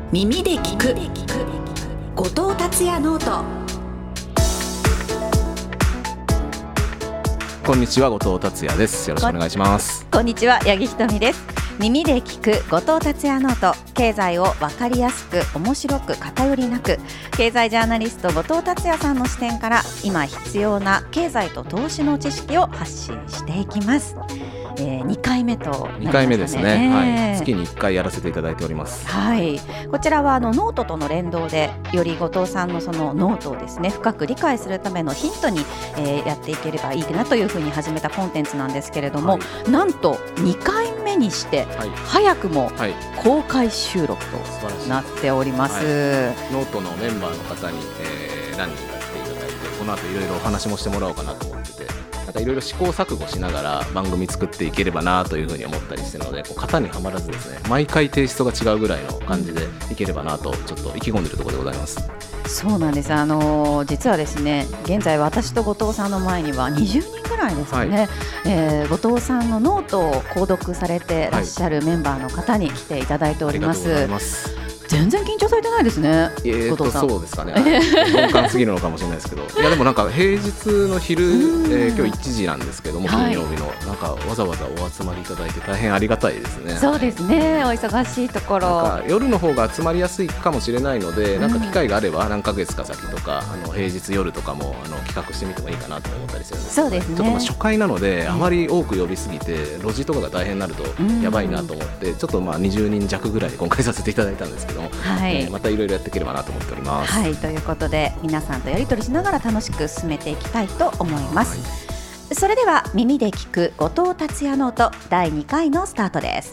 耳で聞く後藤達也ノート。 こんにちは、後藤達也です。よろしくお願いします。 こんにちは、八木ひとみです。耳で聞く後藤達也ノート。経済を分かりやすく面白く偏りなく、経済ジャーナリスト後藤達也さんの視点から今必要な経済と投資の知識を発信していきます。2回目となりましたね。 2回目ですね、はい、月に1回やらせていただいております。 はい、こちらはノートとの連動でより後藤さんのそのノートをですね深く理解するためのヒントに、やっていければいいなというふうに始めたコンテンツなんですけれども、はい、なんと2回目にして、はい、早くも公開収録となっております。 ノートのメンバーの方に、何人か来ていただいて、この後いろいろお話もしてもらおうかなと思ってて、なんかいろいろ試行錯誤しながら番組作っていければなというふうに思ったりしてるので、こう型にはまらずですね、毎回テイストが違うぐらいの感じでいければなとちょっと意気込んでいるところでございます。 そうなんです。実はですね、現在私と後藤さんの前には20人ぐらいですかね、はい、後藤さんのノートを購読されてらっしゃるメンバーの方に来ていただいております。 ありがとうございます。 全然緊張されてないですね、後藤さん。 そうですかね、鈍感すぎるのかもしれないですけどいやでもなんか平日の昼、今日1時なんですけども、金曜日の、なんかわざわざお集まりいただいて大変ありがたいですね。 そうですね、お忙しいところなんか夜の方が集まりやすいかもしれないので、なんか機会があれば何ヶ月か先とか平日夜とかも企画してみてもいいかなと思ったりするんですけど、 そうですね、 ちょっと初回なのであまり多く呼びすぎて路地とかが大変になるとやばいなと思って、ちょっと20人弱ぐらいで今回させていただいたんですけども、はい、またいろいろやっていければなと思っております。 はい、ということで皆さんとやり取りしながら楽しく進めていきたいと思います。はい、それでは耳で聞く後藤達也ノート第2回のスタートです。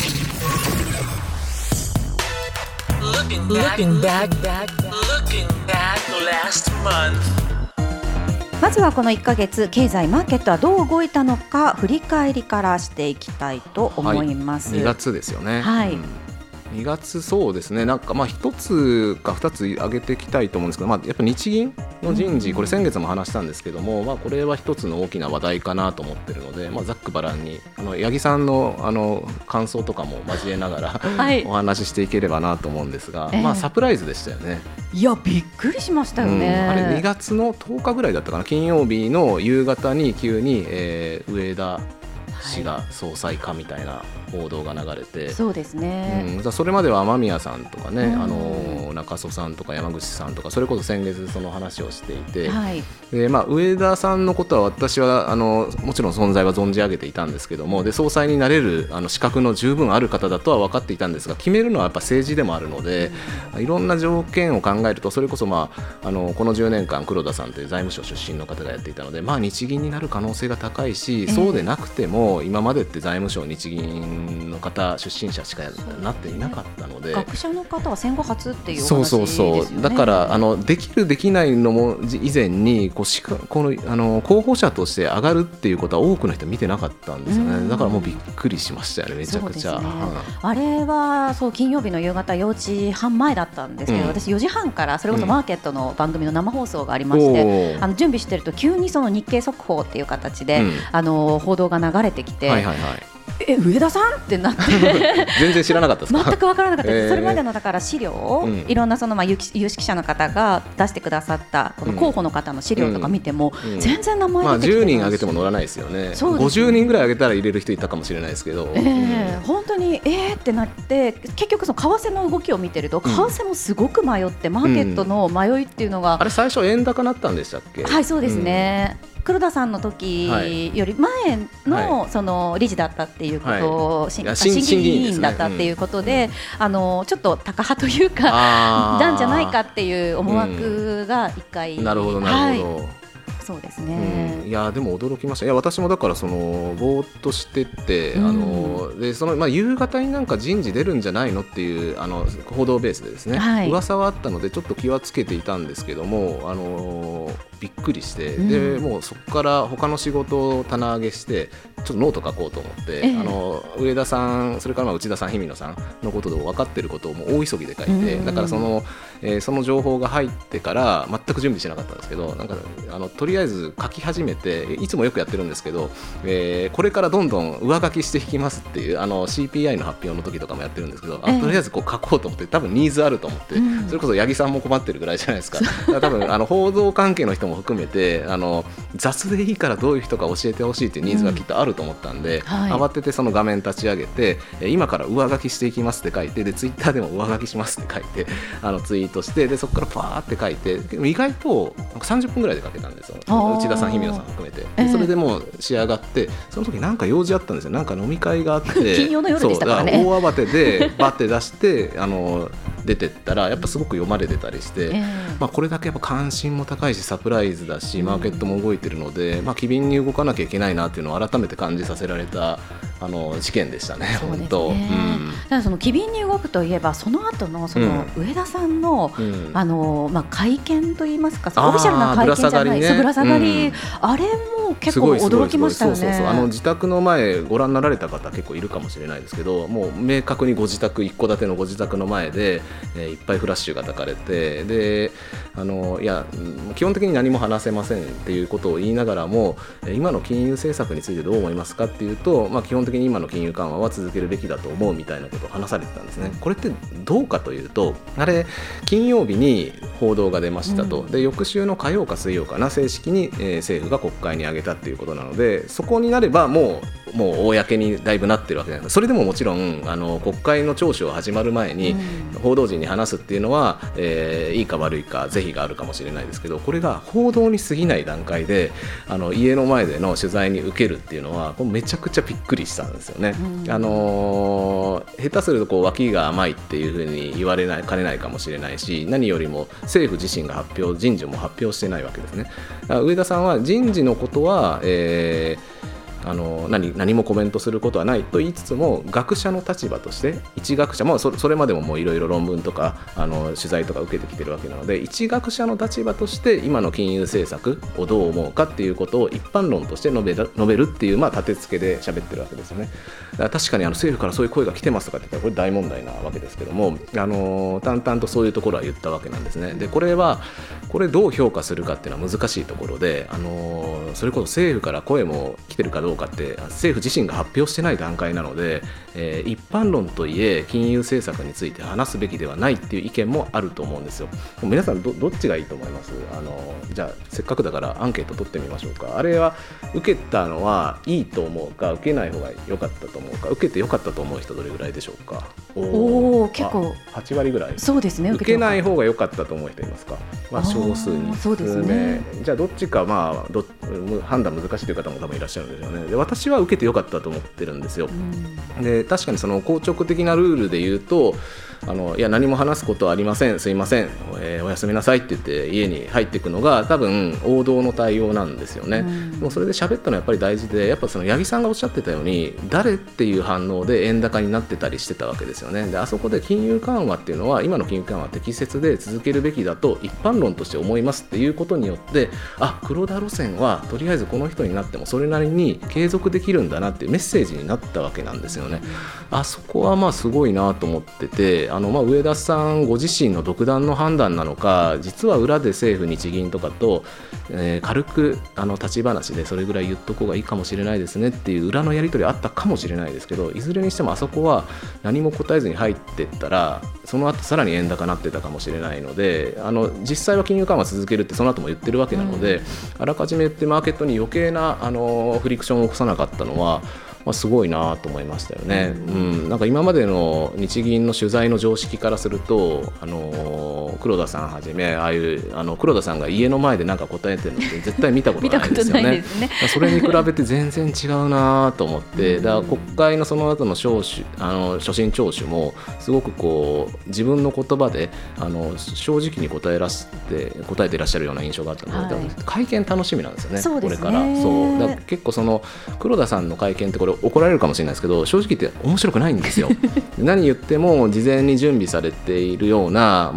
まずはこの1ヶ月経済マーケットはどう動いたのか振り返りからしていきたいと思います。 はい、2月ですよね。 はい、 2月そうですね、なんか1つか2つ挙げていきたいと思うんですけど、やっぱ日銀の人事、これ先月も話したんですけども、これは一つの大きな話題かなと思っているので、ざっくばらんに八木さんの感想とかも交えながら、はい、お話ししていければなと思うんですが、サプライズでしたよね。 いやびっくりしましたよね。 あれ2月の10日ぐらいだったかな、金曜日の夕方に急に、上田氏が総裁かみたいな報道が流れて、 そうですね、 それまでは雨宮さんとかね、中曽さんとか山口さんとか、それこそ先月その話をしていて、はい、で上田さんのことは私はもちろん存在は存じ上げていたんですけども、で総裁になれる資格の十分ある方だとは分かっていたんですが、決めるのはやっぱ政治でもあるので、いろんな条件を考えると、それこそ、この10年間黒田さんという財務省出身の方がやっていたので、日銀になる可能性が高いし、そうでなくても今までって財務省日銀の方出身者しかなっていなかったので、 学者の方は戦後初っていうお話ですよね。 そうだからできるできないのも以前にこの候補者として上がるっていうことは多くの人見てなかったんですよね。だからもうびっくりしましたよね、めちゃくちゃ。 あれは金曜日の夕方4時半前だったんですけど、私4時半からそれこそマーケットの番組の生放送がありまして、準備してると急にその日経速報っていう形で、報道が流れてきて、上田さんってなって全然知らなかったですか。 全く分からなかったです。それまでのだから資料を、いろんなその有識者の方が出してくださったこの候補の方の資料とか見ても、全然名前出てきてないし、 10人挙げても乗らないですよね。50人ぐらい挙げたら入れる人いたかもしれないですけど、 本当にってなって、結局その為替の動きを見てると、為替もすごく迷って、マーケットの迷いっていうのが、 あれ最初円高なったんでしたっけ。 はい、そうですね、黒田さんの時より前のその理事だったっていうことを、審議委員だったっていうことで、ちょっとタカ派というかなんじゃないかっていう思惑が一回、 なるほどなるほど、 そうですね、 いやでも驚きました。いや私もだからぼーっとしてて、で夕方になんか人事出るんじゃないのっていう報道ベースでですね、噂はあったのでちょっと気はつけていたんですけども、 びっくりして、でもうそこから他の仕事を棚上げしてちょっとノート書こうと思って、上田さんそれから内田さん日比野さんのことで分かってることをもう大急ぎで書いて、だからその情報が入ってから全く準備してなかったんですけど、なんかとりあえず書き始めて、いつもよくやってるんですけど、これからどんどん上書きしていきますっていうCPI の発表の時とかもやってるんですけど、とりあえずこう書こうと思って、多分ニーズあると思って、それこそ八木さんも困ってるぐらいじゃないですか。だから多分報道関係の人も含めて雑でいいからどういう人か教えてほしいっていうニーズがきっとあると思ったんで、慌ててその画面立ち上げて、今から上書きしていきますって書いて、でツイッターでも上書きしますって書いてツイートして、でそこからパーって書いて、意外と30分ぐらいで書けたんですよ、内田さん日比野さん含めて。それでもう仕上がって、その時なんか用事あったんですよ。なんか飲み会があって金曜の夜でしたからね。 大慌てでバッて出して出てったらやっぱすごく読まれてたりして、これだけやっぱ関心も高いしサプライズだしマーケットも動いてるので、機敏に動かなきゃいけないなっていうのを改めて感じさせられた事件でしたね。本当。 ただその機敏に動くといえば、その後のその上田さんの会見といいますか、オフィシャルな会見じゃない、ぶら下がり、あれも結構驚きましたよね。 そう自宅の前ご覧になられた方結構いるかもしれないですけど、もう明確にご自宅、一戸建てのご自宅の前で、いっぱいフラッシュが焚かれて、でいや基本的に何も話せませんっていうことを言いながらも、今の金融政策についてどう思いますかっていうと、基本的に今の金融緩和は続けるべきだと思うみたいなことを話されてたんですね。これってどうかというと、あれ金曜日に報道が出ましたと、で翌週の火曜か水曜かな、正式に、政府が国会に上げたっていうことなので、そこになればもう公にだいぶなってるわけじゃないですか。それでももちろん国会の聴取を始まる前に報道陣に話すっていうのは、いいか悪いか是非があるかもしれないですけど、これが報道に過ぎない段階で家の前での取材に受けるっていうのはめちゃくちゃびっくりしたんですよね。下手すると脇が甘いっていうふうに言われかねないかもしれないし、何よりも政府自身が人事も発表してないわけですね。上田さんは人事のことは、何もコメントすることはないと言いつつも、学者の立場として一学者もそれまでもいろいろ論文とか取材とか受けてきてるわけなので、一学者の立場として今の金融政策をどう思うかっていうことを一般論として述べるっていう立て付けで喋ってるわけですよね。だから確かに政府からそういう声が来てますとかって言ったらこれ大問題なわけですけども、淡々とそういうところは言ったわけなんですね。でこれどう評価するかっていうのは難しいところで、それこそ政府から声も来てるかどうかって政府自身が発表してない段階なので、一般論といえ金融政策について話すべきではないっていう意見もあると思うんですよ。皆さん どっちがいいと思います？じゃあせっかくだからアンケート取ってみましょうか。あれは受けたのはいいと思うか、受けない方が良かったと思うか、受けて良かったと思う人どれぐらいでしょうか？ 結構 8割ぐらい。 そうですね。 受けない方が良かったと思う人いますか？少数にそうですね。 じゃあどっちか判断難しいという方も多分いらっしゃるんでしょうね。で私は受けて良かったと思ってるんですよ。で確かにその硬直的なルールで言うと、いや何も話すことはありません、すいません、おやすみなさいって言って家に入っていくのが多分王道の対応なんですよね。でもそれで喋ったのはやっぱり大事で、やっぱその八木さんがおっしゃってたように誰っていう反応で円高になってたりしてたわけですよね。であそこで金融緩和っていうのは今の金融緩和は適切で続けるべきだと一般論として思いますっていうことによって、黒田路線はとりあえずこの人になってもそれなりに継続できるんだなっていうメッセージになったわけなんですよね。あそこはすごいなと思ってて、上田さんご自身の独断の判断なのか、実は裏で政府日銀とかと、軽く立ち話でそれぐらい言っとこうがいいかもしれないですねっていう裏のやり取りあったかもしれないですけど、いずれにしてもあそこは何も答えずに入ってったらその後さらに円高になってたかもしれないので、実際は金融緩和続けるってその後も言ってるわけなので、あらかじめ言ってマーケットに余計なフリクションを起こさなかったのはすごいなと思いましたよね。なんか今までの日銀の取材の常識からすると、黒田さんはじめああいう黒田さんが家の前で何か答えてるのって絶対見たことないですよね。それに比べて全然違うなと思って、だから国会のその後の所信聴取もすごく自分の言葉で正直に答えていらっしゃるような印象があったので、会見楽しみなんですよね。これからだから結構その黒田さんの会見ってこれ怒られるかもしれないですけど、正直言って面白くないんですよ。何言っても事前に準備されているような、もう本当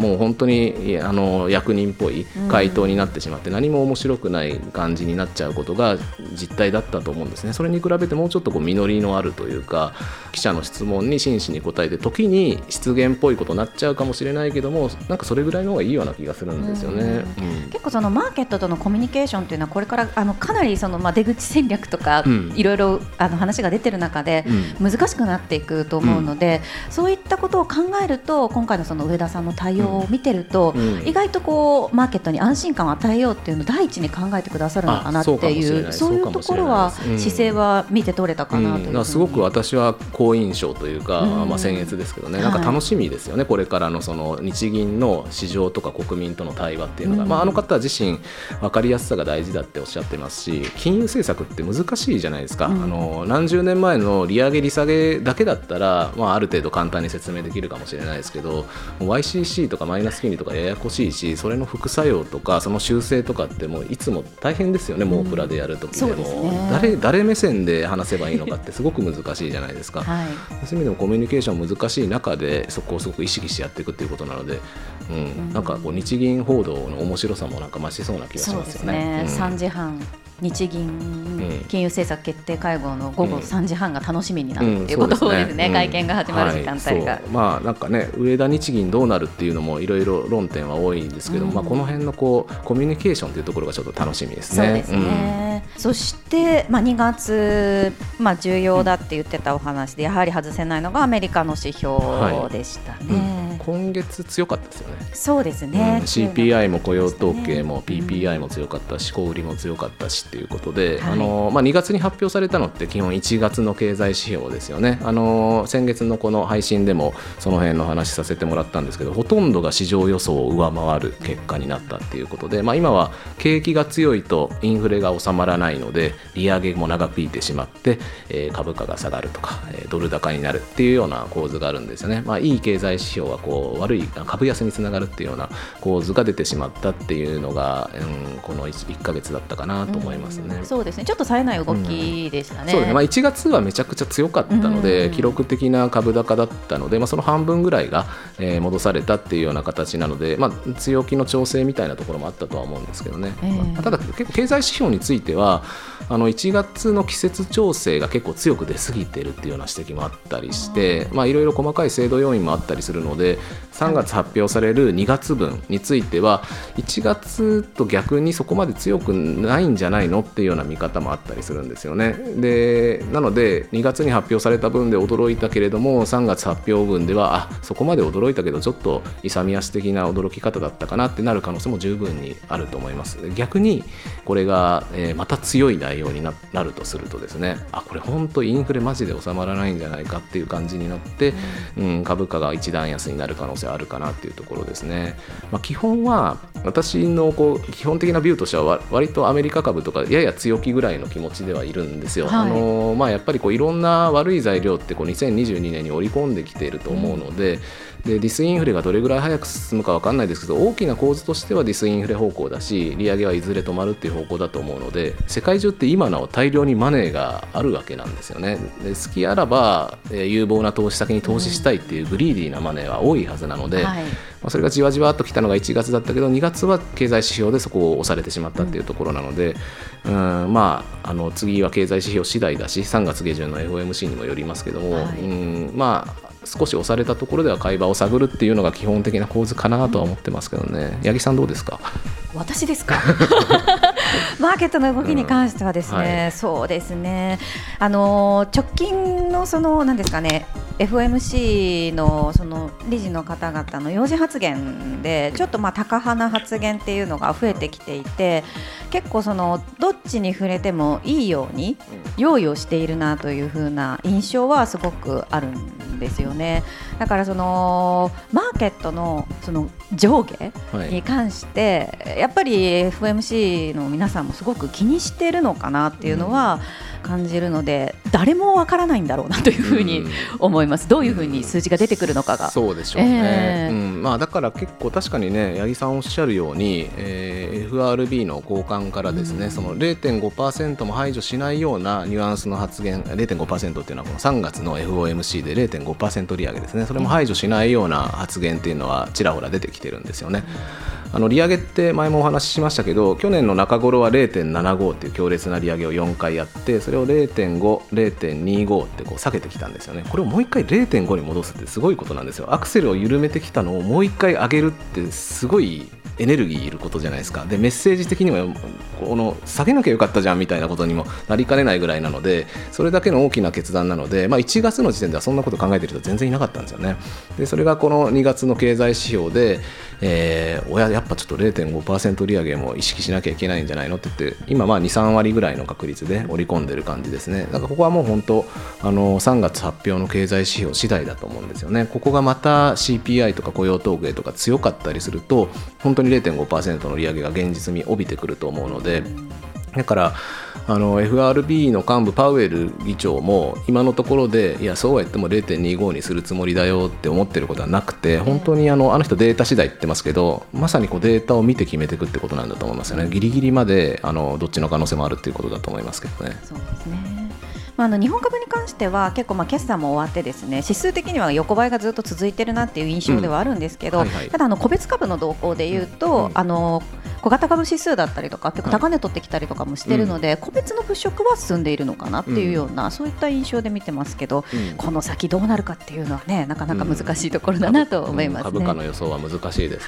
当に役人っぽい回答になってしまって、何も面白くない感じになっちゃうことが実態だったと思うんですね。それに比べてもうちょっと実りのあるというか、記者の質問に真摯に答えて、時に失言っぽいことになっちゃうかもしれないけども、なんかそれぐらいの方がいいような気がするんですよね。 結構そのマーケットとのコミュニケーションというのはこれからかなりその出口戦略とかいろいろ話が出てる中で難しくなっていくと思うので、そういったことを考えると今回のその上田さんの対応を見てると、意外とこうマーケットに安心感を与えようっていうのを第一に考えてくださるのかなっていう、そういうところは姿勢は見て取れたかなというふうに、 すごく私は好印象というか、僭越ですけどね、なんか楽しみですよね、これからのその日銀の市場とか国民との対話っていうのが、あの方自身分かりやすさが大事だっておっしゃってますし、金融政策って難しいじゃないですか。何十年前の利上げ利下げだけだったら、ある程度簡単に説明できるかもしれないですけど、YCC とかマイナス金利とかややこしいし、それの副作用とかその修正とかってもういつも大変ですよね。モープラでやるときでも、誰目線で話せばいいのかってすごく難しいじゃないですか。そういう意味でもコミュニケーション難しい中でそこをすごく意識してやっていくっていうことなので、なんかこう日銀報道の面白さもなんか増しそうな気がしますよね。 3時半日銀金融政策決定会合の午後3時半が楽しみになるということですね。会見が始まる時間帯が、 なんかね、上田日銀どうなるっていうのもいろいろ論点は多いんですけど、この辺のこうコミュニケーションというところがちょっと楽しみですね。 そうですね。そして、2月、重要だって言ってたお話でやはり外せないのがアメリカの指標でしたね。 今月強かったですよね。 そうですね。 CPI も雇用統計も PPI も強かったし、小売りも強かったしということで、2月に発表されたのって基本1月の経済指標ですよね。先月のこの配信でもその辺の話させてもらったんですけど、ほとんどが市場予想を上回る結果になったっていうことで、今は景気が強いとインフレが収まらないので利上げも長引いてしまって、株価が下がるとか、ドル高になるっていうような構図があるんですよね。いい経済指標は悪い株安につながるっていうような構図が出てしまったっていうのが、この 1ヶ月だったかなと思いますね。 そうですね。ちょっと冴えない動きでしたね。 そうですね。1月はめちゃくちゃ強かったので、記録的な株高だったので、その半分ぐらいが、戻されたっていうような形なので、強気の調整みたいなところもあったとは思うんですけどね。ただ結構経済指標については1月の季節調整が結構強く出過ぎているっていうような指摘もあったりして、いろいろ細かい制度要因もあったりするので、3月発表される2月分については1月と逆にそこまで強くないんじゃないのっていうような見方もあったりするんですよね。なので2月に発表された分で驚いたけれども、3月発表分ではそこまで驚いたけどちょっと勇み足的な驚き方だったかなってなる可能性も十分にあると思います。逆にこれが、また強い内容になるとするとですね、これ本当インフレマジで収まらないんじゃないかっていう感じになって、株価が一段安になる可能性あるかなっていうところですね。基本は私の基本的なビューとしては割とアメリカ株とかやや強気ぐらいの気持ちではいるんですよ。やっぱりいろんな悪い材料って2022年に織り込んできていると思うので、ディスインフレがどれぐらい早く進むか分かんないですけど、大きな構図としてはディスインフレ方向だし、利上げはいずれ止まるっていう方向だと思うので、世界中って今なお大量にマネーがあるわけなんですよね。で好きあらば、有望な投資先に投資したいっていうグリーディーなマネーは多いはずなので、それがじわじわっときたのが1月だったけど、2月は経済指標でそこを押されてしまったっていうところなので、次は経済指標次第だし、3月下旬の FOMC にもよりますけども、少し押されたところでは買い場を探るっていうのが基本的な構図かなとは思ってますけどね。八木さんどうですか？ 私ですか？マーケットの動きに関してはですね、そうですね、直近の何ですかね、FOMC の理事の方々の要人発言でちょっと高派な発言っていうのが増えてきていて、結構どっちに触れてもいいように用意をしているなという風な印象はすごくあるんですよね。だからマーケットの上下に関して、やっぱり FOMC の皆さんもすごく気にしているのかなっていうのは感じるので、 誰もわからないんだろうなというふうに思います。どういうふうに数字が出てくるのかが。 そうでしょうね、だから結構確かにね、八木さんおっしゃるように、FRB の高官からですね、その 0.5% も排除しないようなニュアンスの発言、 0.5% っていうのはこの3月の FOMC で 0.5% 利上げですね、それも排除しないような発言っていうのはちらほら出てきてるんですよね。利上げって前もお話ししましたけど、去年の中頃は 0.75 っていう強烈な利上げを4回やって、それを 0.5、0.25 ってこう下げてきたんですよね。これをもう一回 0.5 に戻すってすごいことなんですよ。アクセルを緩めてきたのをもう一回上げるってすごいエネルギーいることじゃないですか。でメッセージ的にもこの下げなきゃよかったじゃんみたいなことにもなりかねないぐらいなので、それだけの大きな決断なので、1月の時点ではそんなこと考えてる人全然いなかったんですよね。でそれがこの2月の経済指標で、やっぱちょっと 0.5% 利上げも意識しなきゃいけないんじゃないのって言って、今2、3割ぐらいの確率で織り込んでる感じですね。だからここはもう本当3月発表の経済指標次第だと思うんですよね。ここがまた CPI とか雇用統計とか強かったりすると、本当に 0.5% の利上げが現実味帯びてくると思うので、だからFRB の幹部パウエル議長も今のところで、いやそうは言っても 0.25 にするつもりだよって思ってることはなくて、本当にあの人データ次第って言ってますけど、まさにこうデータを見て決めていくってことなんだと思いますよね。ギリギリまでどっちの可能性もあるっていうことだと思いますけどね。 そうですね。日本株に関しては結構決算も終わってですね、指数的には横ばいがずっと続いてるなっていう印象ではあるんですけど、ただ個別株の動向でいうと、小型株指数だったりとか結構高値取ってきたりとかもしてるので、個別の物色は進んでいるのかなっていうような、そういった印象で見てますけど、この先どうなるかっていうのはね、なかなか難しいところだなと思いますね。 株価の予想は難しいです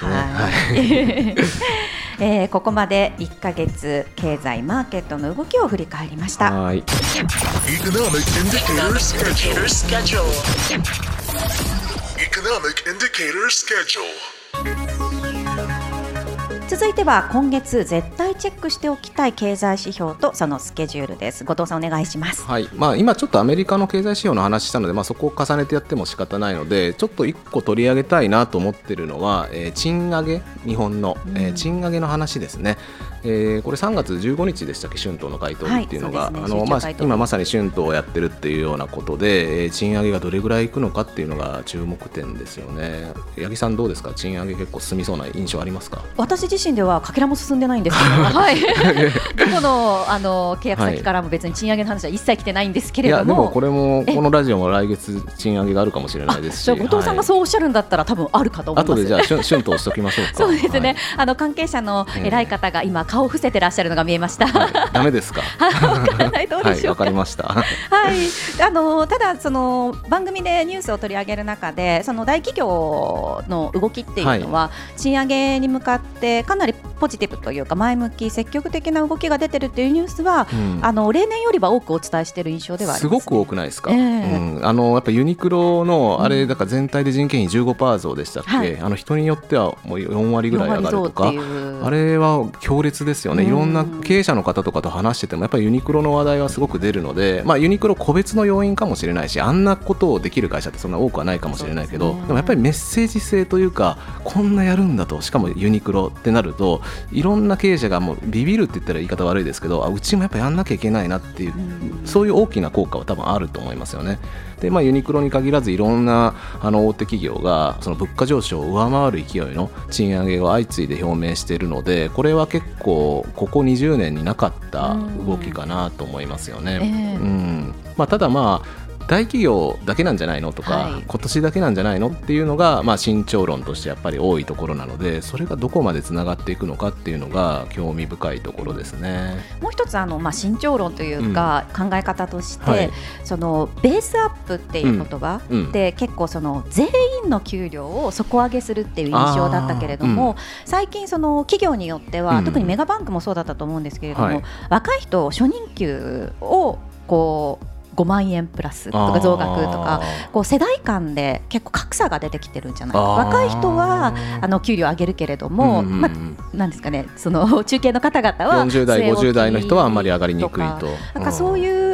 ね。 ここまで1ヶ月経済マーケットの動きを振り返りました。 Economic indicator schedule. Economic indicator schedule. 続いては今月絶対チェックしておきたい経済指標とそのスケジュールです。後藤さんお願いします。 はい、今ちょっとアメリカの経済指標の話したので、そこを重ねてやっても仕方ないので、ちょっと1個取り上げたいなと思っているのは、賃上げ、日本の、賃上げの話ですね。これ3月15日でしたっけ、春闘の回答っていうのが、今まさに春闘をやってるっていうようなことで、賃上げがどれぐらいいくのかっていうのが注目点ですよね。八木さんどうですか、賃上げ結構進みそうな印象ありますか？ 私自身ではかけらも進んでないんですけど、はい、どこの、契約先からも別に賃上げの話は一切来てないんですけれども、 いやでもこれもこのラジオも来月賃上げがあるかもしれないですし、 後藤さんがそうおっしゃるんだったら、多分あるかと思います。 後でじゃあ春闘しときましょうか。 そうですね、関係者の偉い方が今顔を伏せてらっしゃるのが見えました。 ダメですか？ わからない、どうでしょうか。 わかりました。 はい、ただその番組でニュースを取り上げる中で、その大企業の動きっていうのは、賃上げに向かってかなりポジティブというか前向き積極的な動きが出てるっていうニュースは、例年よりは多くお伝えしている印象ではありますね。 すごく多くないですか？やっぱユニクロのあれだから全体で人件費 15% 増でしたっけ、人によってはもう4割ぐらい上がるとか、あれは強烈ですよね。いろんな経営者の方とかと話しててもやっぱりユニクロの話題はすごく出るので、ユニクロ個別の要因かもしれないし、あんなことをできる会社ってそんな多くはないかもしれないけど、でもやっぱりメッセージ性というか、こんなやるんだと、しかもユニクロってなるといろんな経営者がもうビビるって言ったら言い方悪いですけど、うちもやっぱやんなきゃいけないなっていう、そういう大きな効果は多分あると思いますよね。でユニクロに限らずいろんな大手企業がその物価上昇を上回る勢いの賃上げを相次いで表明しているので、これは結構ここ20年になかった動きかなと思いますよね。ただ大企業だけなんじゃないのとか、今年だけなんじゃないのっていうのが、慎重論としてやっぱり多いところなので、それがどこまでつながっていくのかっていうのが興味深いところですね。 もう一つ慎重論というか、考え方として、そのベースアップっていう言葉で、結構その全員の給料を底上げするっていう印象だったけれども、最近その企業によっては、特にメガバンクもそうだったと思うんですけれども、若い人初任給をこう5万円プラスとか増額とか、世代間で結構格差が出てきてるんじゃないか。若い人は給料上げるけれども、なんですかね、その中堅の方々は 40代50代の人はあんまり上がりにくいと、 なんかそういう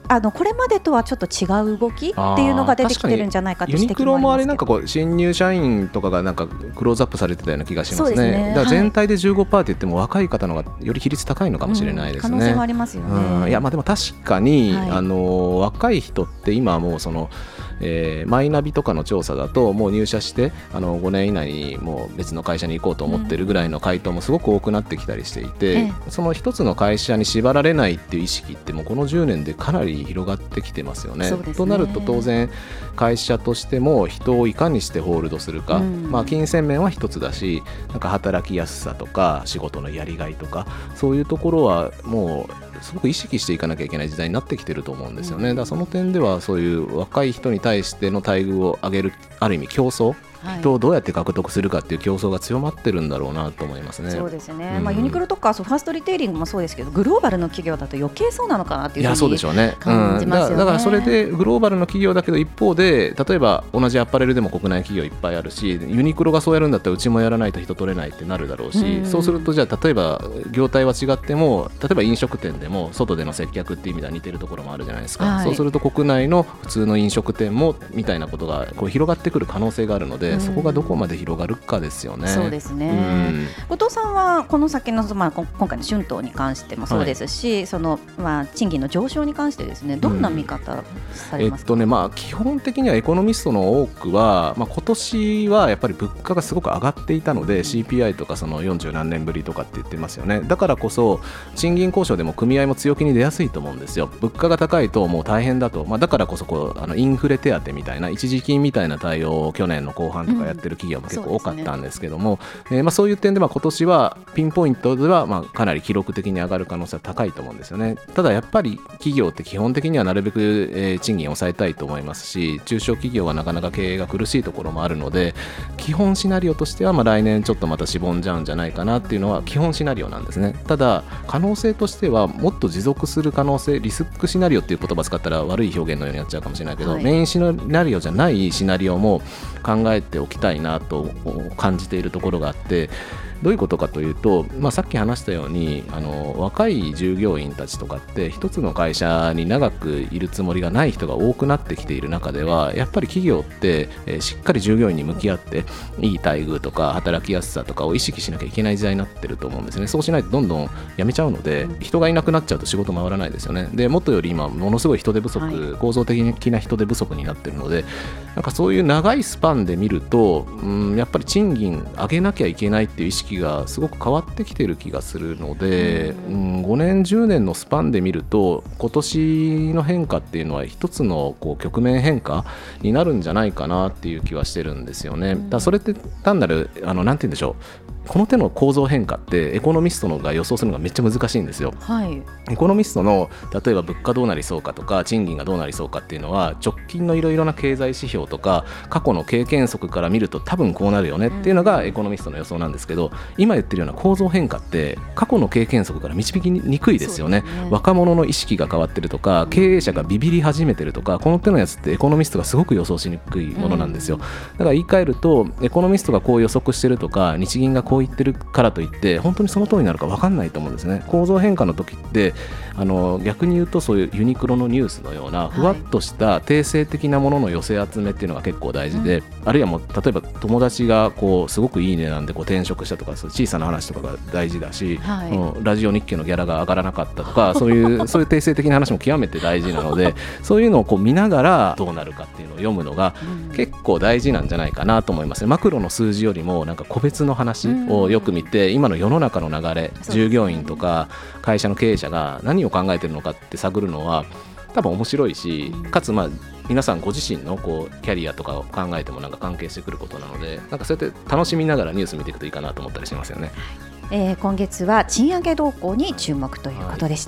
これまでとはちょっと違う動きっていうのが出てきてるんじゃないかって指摘もありますけど、 ユニクロもあれなんかこう新入社員とかがなんかクローズアップされてたような気がしますね。 そうですね。 だから全体で 15% って言っても若い方の方がより比率高いのかもしれないですね。 可能性もありますよね。 いや、まあでも確かに、若い人って今もうそのマイナビとかの調査だともう入社して5年以内にもう別の会社に行こうと思ってるぐらいの回答もすごく多くなってきたりしていて、その一つの会社に縛られないっていう意識ってもうこの10年でかなり広がってきてますよね。となると当然会社としても人をいかにしてホールドするか、まあ、金銭面は一つだし、なんか働きやすさとか仕事のやりがいとかそういうところはもうすごく意識していかなきゃいけない時代になってきてると思うんですよね。だからその点ではそういう若い人に対しての待遇を上げるある意味競争、人をどうやって獲得するかっていう競争が強まってるんだろうなと思いますね。 そうですね、まあ、ユニクロとかファーストリテイリングもそうですけど、グローバルの企業だと余計そうなのかなっていうふうに感じますよね。 だからそれでグローバルの企業だけど一方で例えば同じアパレルでも国内企業いっぱいあるし、ユニクロがそうやるんだったらうちもやらないと人取れないってなるだろうし、そうするとじゃあ例えば業態は違っても例えば飲食店でも外での接客っていう意味では似てるところもあるじゃないですか、そうすると国内の普通の飲食店もみたいなことがこう広がってくる可能性があるので、そこがどこまで広がるかですよね。 そうですね、後藤さんはこの先の、今回の春闘に関してもそうですし、その賃金の上昇に関してですね、どんな見方されますか？ 基本的にはエコノミストの多くは、今年はやっぱり物価がすごく上がっていたので、CPI とかその40何年ぶりとかって言ってますよね。だからこそ賃金交渉でも組合も強気に出やすいと思うんですよ。物価が高いともう大変だと、だからこそインフレ手当みたいな一時金みたいな対応を去年の後半とかやってる企業も結構多かったんですけども、そういう点で今年はピンポイントではかなり記録的に上がる可能性は高いと思うんですよね。ただやっぱり企業って基本的にはなるべく賃金を抑えたいと思いますし、中小企業はなかなか経営が苦しいところもあるので、基本シナリオとしては来年ちょっとまたしぼんじゃうんじゃないかなっていうのは基本シナリオなんですね。ただ可能性としてはもっと持続する可能性、リスクシナリオっていう言葉を使ったら悪い表現のようになっちゃうかもしれないけど、メインシナリオじゃないシナリオも考えておきたいなと感じているところがあって、どういうことかというと、さっき話したように若い従業員たちとかって一つの会社に長くいるつもりがない人が多くなってきている中では、やっぱり企業ってしっかり従業員に向き合っていい待遇とか働きやすさとかを意識しなきゃいけない時代になってると思うんですね。そうしないとどんどん辞めちゃうので、人がいなくなっちゃうと仕事回らないですよね。でもっとより今ものすごい人手不足、構造的な人手不足になってるので、なんかそういう長いスパンで見ると、やっぱり賃金上げなきゃいけないっていう意識がすごく変わってきてる気がするので、5年10年のスパンで見ると今年の変化っていうのは一つの局面変化になるんじゃないかなっていう気はしてるんですよね。だそれって単なるなんて言うんでしょう、この手の構造変化ってエコノミストのが予想するのがめっちゃ難しいんですよ。エコノミストの例えば物価どうなりそうかとか賃金がどうなりそうかっていうのは直近のいろいろな経済指標とか過去の経験則から見ると多分こうなるよねっていうのがエコノミストの予想なんですけど、今言ってるような構造変化って過去の経験則から導きにくいですよね。若者の意識が変わってるとか経営者がビビり始めてるとか、この手のやつってエコノミストがすごく予想しにくいものなんですよ。だから言い換えるとエコノミストがこう予測してるとか日銀がこう言ってるからといって本当にその通りになるか分かんないと思うんですね。構造変化の時って逆に言うとそういうユニクロのニュースのようなふわっとした定性的なものの寄せ集めっていうのが結構大事で、あるいはもう例えば友達がすごくいいねなんで転職したとか、そう小さな話とかが大事だし、ラジオ日経のギャラが上がらなかったとかそういう定性的な話も極めて大事なのでそういうのを見ながらどうなるかっていうのを読むのが結構大事なんじゃないかなと思いますね。マクロの数字よりもなんか個別の話をよく見て、今の世の中の流れ、従業員とか会社の経営者が何を考えてるのかって探るのは多分面白いし、かつ皆さんご自身のキャリアとかを考えてもなんか関係してくることなので、なんかそうやって楽しみながらニュース見ていくといいかなと思ったりしますよね。 今月は賃上げ動向に注目ということでした。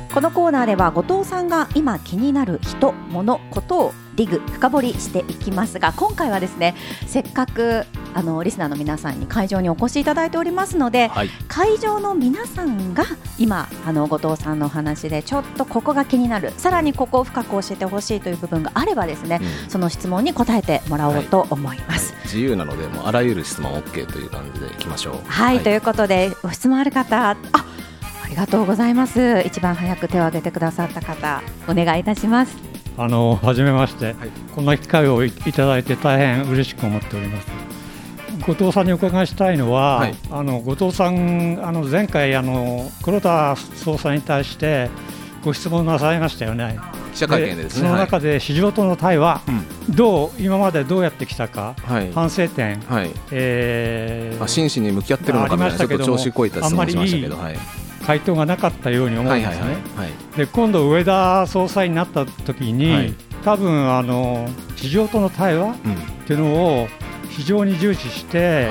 このコーナーでは後藤さんが今気になる人、物、ことをディグ深掘りしていきますが、今回はですね、せっかくリスナーの皆さんに会場にお越しいただいておりますので、はい、会場の皆さんが今後藤さんのお話でちょっとここが気になる、さらにここを深く教えてほしいという部分があればですね、その質問に答えてもらおうと思います。 自由なのでもうあらゆる質問 OK という感じでいきましょう。 はい、ということでご質問ある方、ありがとうございます。一番早く手を挙げてくださった方、お願いいたします。 はじめまして、はい、この機会をいただいて大変嬉しく思っております。後藤さんにお伺いしたいのは、はい、後藤さん前回黒田総裁に対してご質問なさいましたよね。 記者会見でですね。 その中で市場との対話、今までどうやってきたか、反省点、 真摯に向き合ってるのかみたいなちょっと調子こいた質問しましたけど、 回答がなかったように思うんですね。で今度上田総裁になった時に、多分市場との対話っていうのを非常に重視して、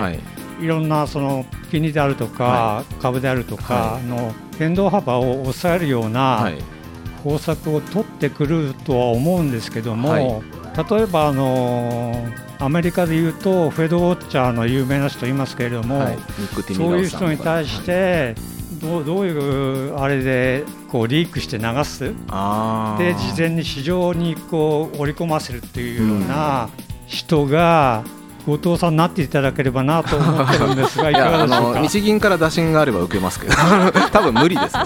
いろんなその金利であるとか、株であるとかの変動幅を抑えるような方策を取ってくるとは思うんですけども、例えばアメリカでいうとフェドウォッチャーの有名な人いますけれども、そういう人に対してどういうあれでこうリークして流すで事前に市場にこう織り込ませるっていうような人が後藤さんになっていただければなと思ってるんですがいかがでしょうか。 日銀から打診があれば受けますけど多分無理です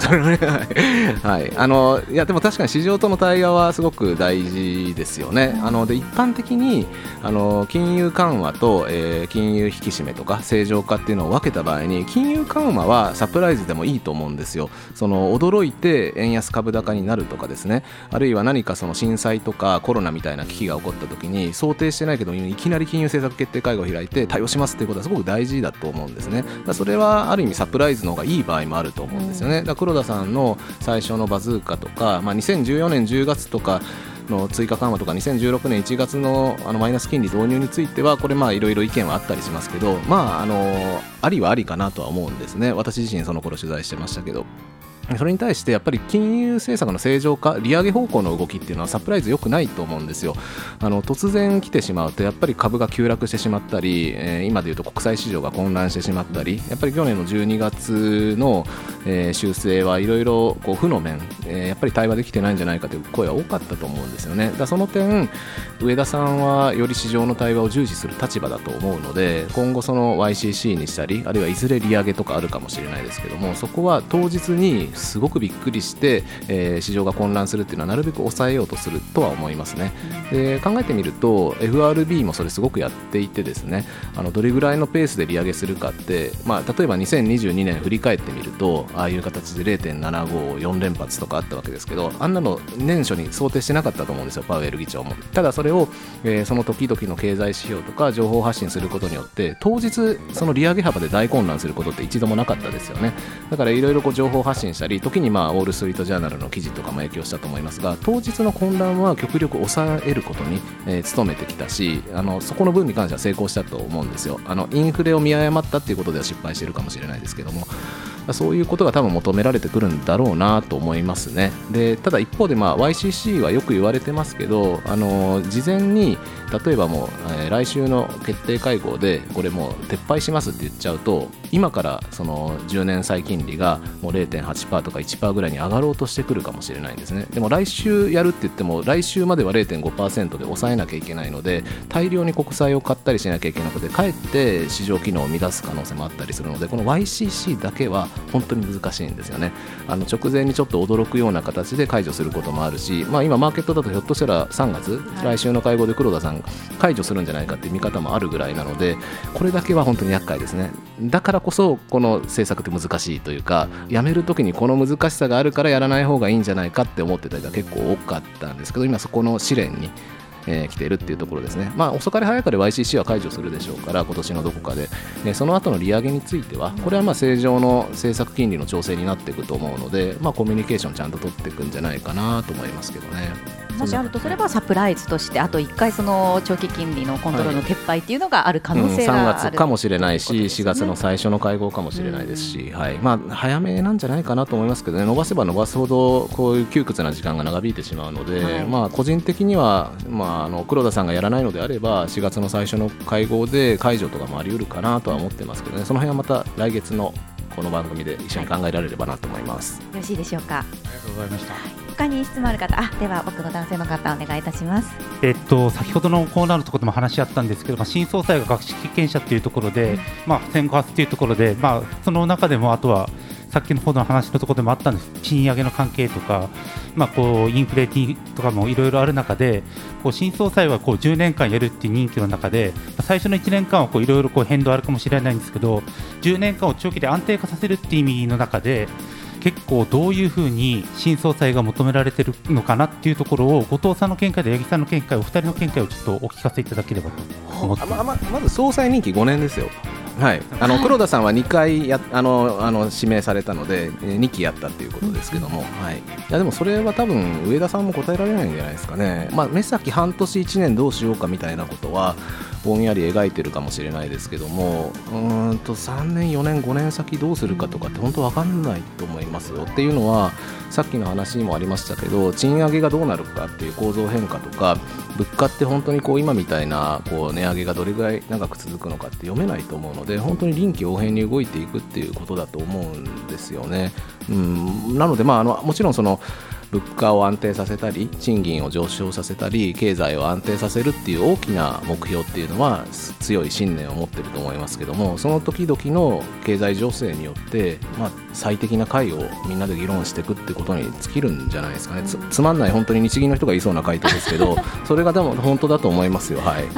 いやでも確かに市場との対話はすごく大事ですよね。で一般的に金融緩和と、金融引き締めとか正常化っていうのを分けた場合に、金融緩和はサプライズでもいいと思うんですよ。驚いて円安株高になるとかですね、あるいは何か震災とかコロナみたいな危機が起こった時に想定してないけどいきなり金融政策決定会合を開いて対応しますということはすごく大事だと思うんですね。それはある意味サプライズの方がいい場合もあると思うんですよね。黒田さんの最初のバズーカとか、2014年10月とかの追加緩和とか2016年1月のマイナス金利導入についてはこれいろいろ意見はあったりしますけど、ありはありかなとは思うんですね。私自身その頃取材してましたけど、それに対してやっぱり金融政策の正常化、利上げ方向の動きっていうのはサプライズ良くないと思うんですよ。突然来てしまうとやっぱり株が急落してしまったり、今でいうと国債市場が混乱してしまったり、やっぱり去年の12月の、修正はいろいろ負の面、やっぱり対話できてないんじゃないかという声は多かったと思うんですよね。だからその点上田さんはより市場の対話を重視する立場だと思うので、今後YCC にしたり、あるいはいずれ利上げとかあるかもしれないですけども、そこは当日にすごくびっくりして、市場が混乱するっていうのはなるべく抑えようとするとは思いますね。で考えてみると FRB もそれすごくやっていてですね、どれぐらいのペースで利上げするかって、例えば2022年振り返ってみるとああいう形で 0.75 を4連発とかあったわけですけど、あんなの年初に想定してなかったと思うんですよ、パウエル議長も。ただそれを、その時々の経済指標とか情報発信することによって当日その利上げ幅で大混乱することって一度もなかったですよね。だからいろいろ情報発信したり、時にオールストリートジャーナルの記事とかも影響したと思いますが、当日の混乱は極力抑えることに、努めてきたし、そこの分に関しては成功したと思うんですよ。インフレを見誤ったっていうことでは失敗しているかもしれないですけども、そういうことが多分求められてくるんだろうなと思いますね。でただ一方でYCC はよく言われてますけど、事前に例えばもう、来週の決定会合でこれもう撤廃しますって言っちゃうと、今からその10年債金利がもう 0.8% とか 1% ぐらいに上がろうとしてくるかもしれないんですね。でも来週やるって言っても来週までは 0.5% で抑えなきゃいけないので、大量に国債を買ったりしなきゃいけなくてかえって市場機能を乱す可能性もあったりするので、この YCC だけは本当に難しいんですよね。直前にちょっと驚くような形で解除することもあるし、今マーケットだとひょっとしたら3月、来週の会合で黒田さん解除するんじゃないかっていう見方もあるぐらいなので、これだけは本当に厄介ですね。だからこそこの政策って難しいというか、やめるときにこの難しさがあるからやらない方がいいんじゃないかって思ってた人が結構多かったんですけど、今そこの試練に来ているっていうところですね。遅かれ早かれ YCC は解除するでしょうから、今年のどこかで、その後の利上げについてはこれは正常の政策金利の調整になっていくと思うので、コミュニケーションちゃんと取っていくんじゃないかなと思いますけどね。 もしあるとすればサプライズとしてあと1回その長期金利のコントロールの撤廃っていうのがある可能性がある、 3月かもしれないし、4月の最初の会合かもしれないですし、早めなんじゃないかなと思いますけどね。伸ばせば伸ばすほどこういう窮屈な時間が長引いてしまうので、個人的には、黒田さんがやらないのであれば4月の最初の会合で解除とかもあり得るかなとは思ってますけどね。その辺はまた来月のこの番組で一緒に考えられればなと思います。 よろしいでしょうか。 ありがとうございました。 他に質問ある方、では奥の男性の方お願いいたします。 先ほどのコーナーのところでも話し合ったんですけど、新総裁が学識権者というところで、先行発というところで、その中でもあとはさっきのほどの話のところでもあったんです。賃上げの関係とか、インフレとかもいろいろある中で、新総裁は10年間やるっていう任期の中で、最初の1年間はいろいろ変動あるかもしれないんですけど、10年間を長期で安定化させるっていう意味の中で、結構どういうふうに新総裁が求められているのかなっていうところを、後藤さんの見解と八木さんの見解、お二人の見解をちょっとお聞かせいただければと思ってます。 まず総裁任期5年ですよ。黒田さんは2回指名されたので2期やったっていうことですけども、いやでもそれは多分上田さんも答えられないんじゃないですかね。目先半年1年どうしようかみたいなことはぼんやり描いてるかもしれないですけども、3年4年5年先どうするかとかって本当分かんないと思いますよ。っていうのはさっきの話にもありましたけど、賃上げがどうなるかっていう構造変化とか、物価って本当に今みたいな値上げがどれぐらい長く続くのかって読めないと思うので、本当に臨機応変に動いていくっていうことだと思うんですよね。なのでもちろんその物価を安定させたり賃金を上昇させたり経済を安定させるっていう大きな目標っていうのは強い信念を持っていると思いますけども、その時々の経済情勢によって、最適な解をみんなで議論していくってことに尽きるんじゃないですかね。つまんない本当に日銀の人が言いそうな回答ですけどそれがでも本当だと思いますよ。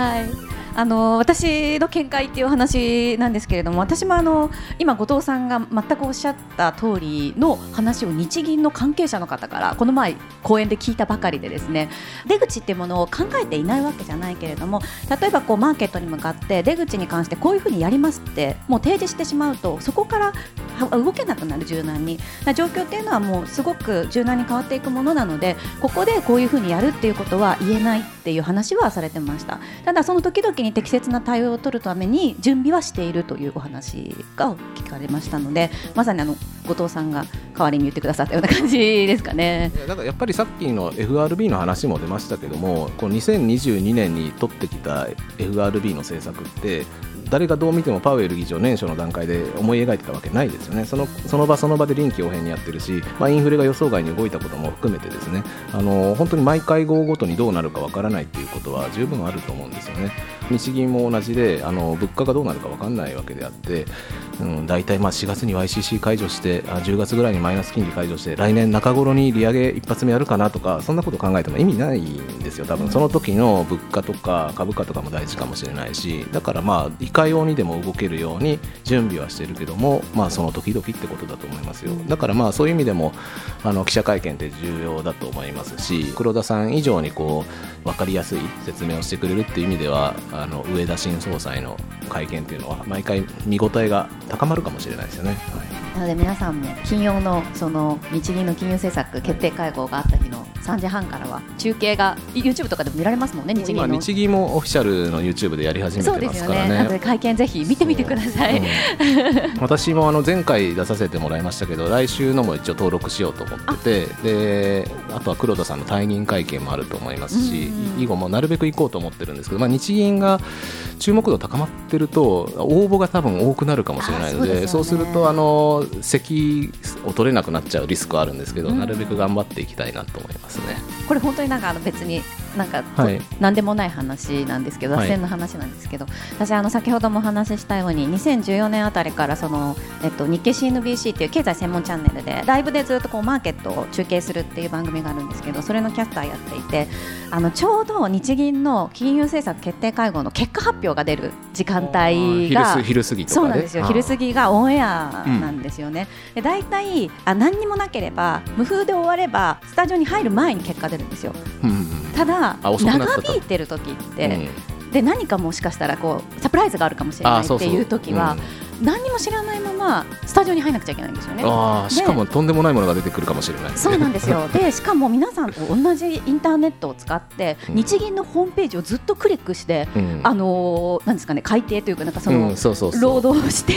私の見解っていう話なんですけれども、私も今後藤さんが全くおっしゃった通りの話を日銀の関係者の方からこの前講演で聞いたばかりでですね、出口っていうものを考えていないわけじゃないけれども、例えばマーケットに向かって出口に関してこういうふうにやりますってもう提示してしまうと、そこから動けなくなる柔軟に状況っていうのはもうすごく柔軟に変わっていくものなので、ここでこういうふうにやるっていうことは言えないっていう話はされてました。ただその時々に適切な対応を取るために準備はしているというお話が聞かれましたので、まさに後藤さんが代わりに言ってくださったような感じですかね。 だからやっぱりさっきの FRB の話も出ましたけども、2022年に取ってきた FRB の政策って誰がどう見てもパウエル議長年初の段階で思い描いてたわけないですよね。その場その場で臨機応変にやってるし、インフレが予想外に動いたことも含めてですね、本当に毎会合ごとにどうなるかわからないっていうことは十分あると思うんですよね。日銀も同じで物価がどうなるかわかんないわけであって、だいたい4月に YCC 解除して10月ぐらいにマイナス金利解除して来年中頃に利上げ一発目やるかなとか、そんなこと考えても意味ないんですよ。多分その時の物価とか株価とかも大事かもしれないし、だからいかようにでも動けるように準備はしてるけども、その時々ってことだと思いますよ。だからそういう意味でも記者会見って重要だと思いますし、黒田さん以上に分かりやすい説明をしてくれるっていう意味では上田新総裁の会見っていうのは毎回見応えが高まるかもしれないですよね。 なので皆さんも金曜のその日銀の金融政策決定会合があった日の3時半からは中継が YouTube とかでも見られますもんね。日銀の日銀もオフィシャルの YouTube でやり始めてますからね。 なので会見ぜひ見てみてください。 私も前回出させてもらいましたけど、来週のも一応登録しようと思ってて、であとは黒田さんの退任会見もあると思いますし、以後もなるべく行こうと思ってるんですけど、日銀が注目度高まってると応募が多分多くなるかもしれないので、そうすると席を取れなくなっちゃうリスクはあるんですけど、なるべく頑張っていきたいなと思いますね。 これ本当に別に何でもない話なんですけど、脱線の話なんですけど、私先ほどもお話ししたように2014年あたりから日経 CNBC っていう経済専門チャンネルでライブでずっとマーケットを中継するっていう番組があるんですけど、それのキャスターやっていて、ちょうど日銀の金融政策決定会合の結果発表が出る時間帯が昼過ぎとかそうなんですよ。昼過ぎがオンエアなんですよね。で大体何にもなければ無風で終わればスタジオに入る前に結果出るんですよ。ただ長引いてる時って、で何かもしかしたらサプライズがあるかもしれないっていう時は何にも知らないままスタジオに入らなくちゃいけないんですよね。 しかもとんでもないものが出てくるかもしれない。 そうなんですよ。でしかも皆さんと同じインターネットを使って、日銀のホームページをずっとクリックして、なんですかね、改定というか、なんかその労働して、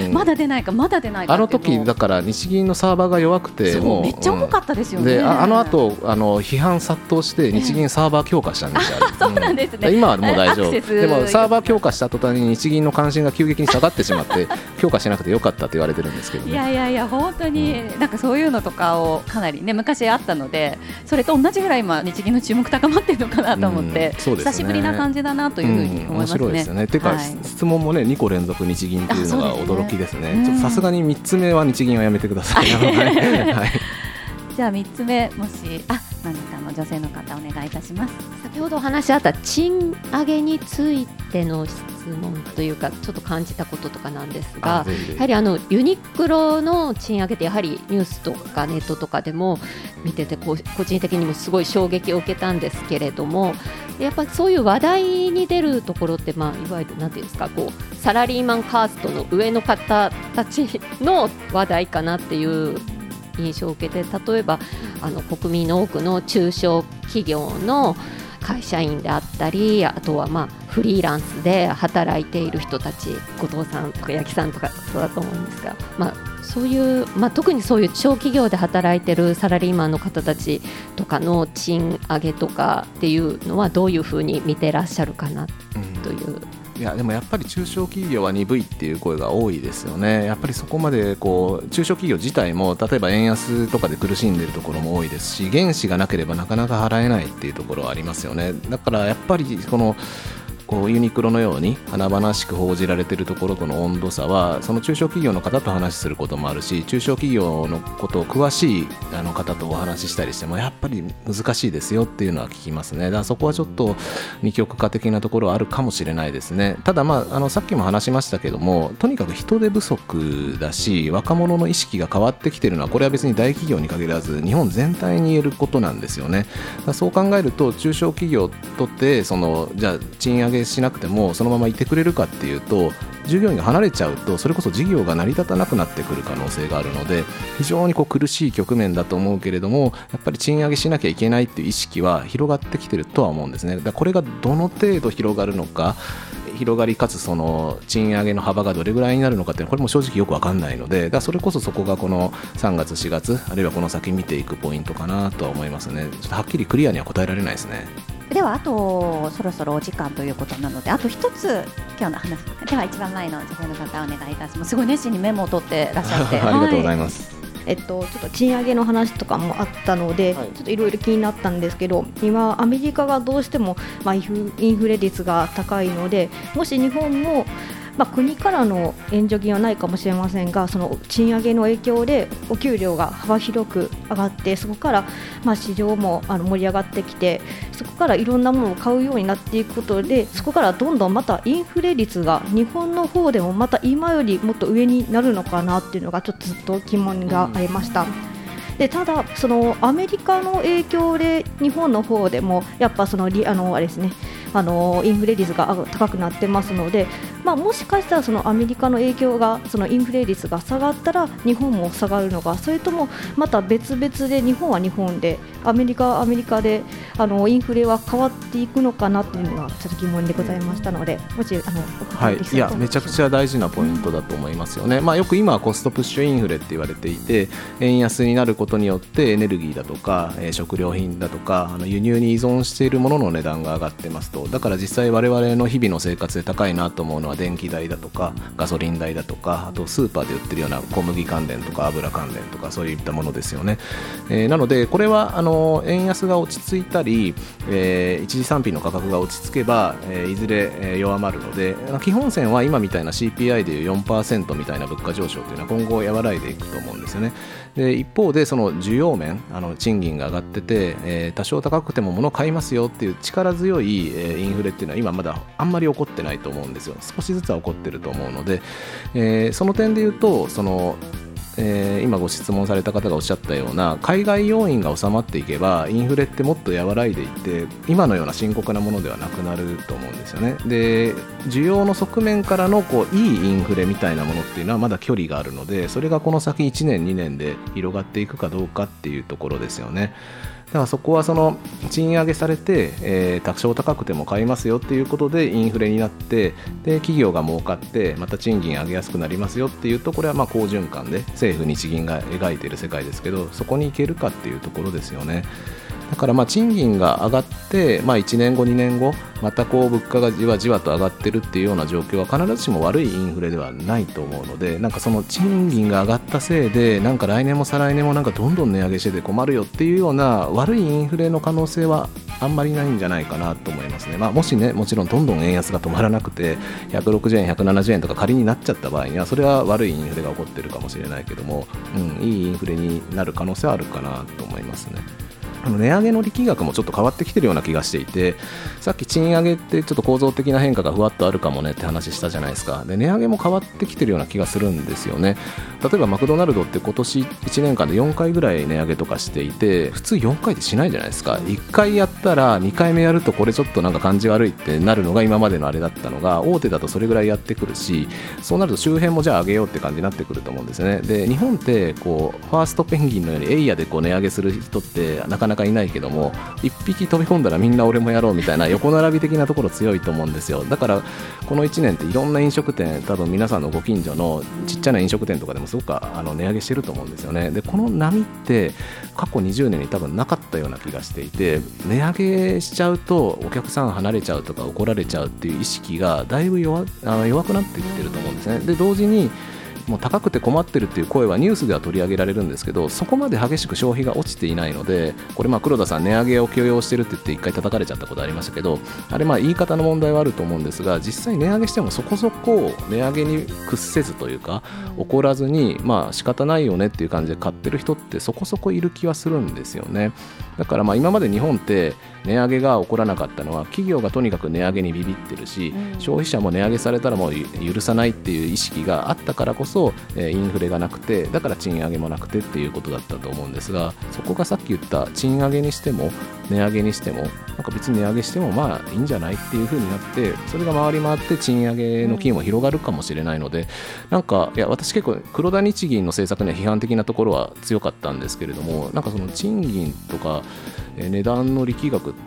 まだ出ないかまだ出ないかっていうのを、 あの時だから日銀のサーバーが弱くて、もうめっちゃ重かったですよね。 であの後批判殺到して日銀サーバー強化したんですよ。 そうなんですね。 今はもう大丈夫。でもサーバー強化した途端に日銀の関心が急激に下がってしまって強化しなくてよかったと言われてるんですけどね。 いや本当になんかそういうのとかをかなりね、昔あったので、それと同じぐらい今日銀の注目高まってるのかなと思って、久しぶりな感じだなというふうに思いますね。 面白いですよね。てか、質問もね2個連続日銀というのが驚きですね。さすがに3つ目は日銀はやめてください。 じゃあ3つ目、もし真ん中の女性の方お願いいたします。 先ほどお話あった賃上げについての質問というか、ちょっと感じたこととかなんですが、やはりユニクロの賃上げってやはりニュースとかネットとかでも見てて、個人的にもすごい衝撃を受けたんですけれども、やっぱりそういう話題に出るところって、いわゆるなんていうんですか、サラリーマンカーストの上の方たちの話題かなっていう印象を受けて、例えば国民の多くの中小企業の会社員であったり、あとはフリーランスで働いている人たち、後藤さんとか八木さんとかそうだと思うんですが、そういう、特にそういう小企業で働いているサラリーマンの方たちとかの賃上げとかっていうのはどういうふうに見てらっしゃるかなという。 いやでもやっぱり中小企業は鈍いっていう声が多いですよね。やっぱりそこまで中小企業自体も例えば円安とかで苦しんでいるところも多いですし、原資がなければなかなか払えないっていうところはありますよね。だからやっぱりユニクロのように華々しく報じられているところとの温度差は、その中小企業の方と話することもあるし、中小企業のことを詳しい方とお話ししたりしてもやっぱり難しいですよっていうのは聞きますね。だからそこはちょっと二極化的なところはあるかもしれないですね。たださっきも話しましたけども、とにかく人手不足だし、若者の意識が変わってきているのは、これは別に大企業に限らず日本全体に言えることなんですよね。だからそう考えると、中小企業とってじゃあ賃上げしなくてもそのままいてくれるかっていうと、従業員が離れちゃうとそれこそ事業が成り立たなくなってくる可能性があるので、非常に苦しい局面だと思うけれども、やっぱり賃上げしなきゃいけないっていう意識は広がってきてるとは思うんですね。だからこれがどの程度広がるのか、広がりかつその賃上げの幅がどれぐらいになるのかっていうのは、これも正直よく分かんないので、だからそれこそそこがこの3月4月あるいはこの先見ていくポイントかなとは思いますね。ちょっとはっきりクリアには答えられないですね。 ではあとそろそろお時間ということなので、あと一つ今日の話では一番前の女性の方お願いいたします。すごい熱心にメモを取ってらっしゃってありがとうございます。 ちょっと賃上げの話とかもあったので、ちょっといろいろ気になったんですけど、今アメリカがどうしてもインフレ率が高いので、もし日本も国からの援助金はないかもしれませんが、その賃上げの影響でお給料が幅広く上がって、そこから市場も盛り上がってきて、そこからいろんなものを買うようになっていくことで、そこからどんどんまたインフレ率が日本の方でもまた今よりもっと上になるのかなっていうのがちょっとずっと疑問がありました。でただそのアメリカの影響で日本の方でもやっぱあれですね、インフレ率が高くなってますので、もしかしたらそのアメリカの影響がそのインフレ率が下がったら日本も下がるのか、それともまた別々で日本は日本でアメリカはアメリカでインフレは変わっていくのかなというのがちょっと疑問でございましたので、もしいやめちゃくちゃ大事なポイントだと思いますよね。よく今はコストプッシュインフレって言われていて、円安になることによってエネルギーだとか食料品だとか輸入に依存しているものの値段が上がってますと。だから実際我々の日々の生活で高いなと思うのは電気代だとかガソリン代だとか、あとスーパーで売ってるような小麦関連とか油関連とかそういったものですよね。なのでこれは円安が落ち着いたり、一次産品の価格が落ち着けば、いずれ弱まるので、基本線は今みたいな CPI でいう 4% みたいな物価上昇というのは今後和らいでいくと思うんですよね。で一方でその需要面、賃金が上がってて、多少高くても物を買いますよっていう力強い、インフレっていうのは今まだあんまり起こってないと思うんですよ。少しずつは起こってると思うので、その点で言うと今ご質問された方がおっしゃったような海外要因が収まっていけばインフレってもっと和らいでいって今のような深刻なものではなくなると思うんですよね。で需要の側面からのいいインフレみたいなものっていうのはまだ距離があるので、それがこの先1年2年で広がっていくかどうかっていうところですよね。だからそこは賃上げされて、多少高くても買いますよっていうことでインフレになって、で企業が儲かってまた賃金上げやすくなりますよっていうと、これは好循環で政府日銀が描いている世界ですけど、そこに行けるかっていうところですよね。だから賃金が上がって、1年後2年後また物価がじわじわと上がってるっていうような状況は必ずしも悪いインフレではないと思うので、その賃金が上がったせいで来年も再来年もどんどん値上げしてて困るよっていうような悪いインフレの可能性はあんまりないんじゃないかなと思いますね。もしね、もちろんどんどん円安が止まらなくて160円170円とか仮になっちゃった場合にはそれは悪いインフレが起こってるかもしれないけども、いいインフレになる可能性はあるかなと思いますね。値上げの力学もちょっと変わってきてるような気がしていて、さっき賃上げってちょっと構造的な変化がふわっとあるかもねって話したじゃないですか。で値上げも変わってきてるような気がするんですよね。例えばマクドナルドって今年1年間で4回ぐらい値上げとかしていて、普通4回ってしないじゃないですか。1回やったら2回目やるとこれちょっと感じ悪いってなるのが今までのあれだったのが、大手だとそれぐらいやってくるし、そうなると周辺もじゃあ上げようって感じになってくると思うんですね。で日本ってファーストペンギンのようにエイヤで値上げする人ってなかなかいないけども、一匹飛び込んだらみんな俺もやろうみたいな横並び的なところ強いと思うんですよ。だからこの1年っていろんな飲食店、多分皆さんのご近所のちっちゃな飲食店とかでもすごく値上げしてると思うんですよね。でこの波って過去20年に多分なかったような気がしていて、値上げしちゃうとお客さん離れちゃうとか怒られちゃうっていう意識がだいぶ弱くなってきてると思うんですね。で同時にもう高くて困ってるっていう声はニュースでは取り上げられるんですけど、そこまで激しく消費が落ちていないので、これ黒田さん値上げを許容してるって言って一回叩かれちゃったことありましたけど、あれ言い方の問題はあると思うんですが、実際値上げしてもそこそこ値上げに屈せずというか怒らずに仕方ないよねっていう感じで買ってる人ってそこそこいる気はするんですよね。だから今まで日本って値上げが起こらなかったのは企業がとにかく値上げにビビってるし、消費者も値上げされたらもう許さないっていう意識があったからこそインフレがなくて、だから賃上げもなくてっていうことだったと思うんですが、そこがさっき言った賃上げにしても値上げにしても別に値上げしてもいいんじゃないっていう風になって、それが回り回って賃上げの機も広がるかもしれないので、いや私結構黒田日銀の政策には批判的なところは強かったんですけれども、その賃金とか値段の力学って、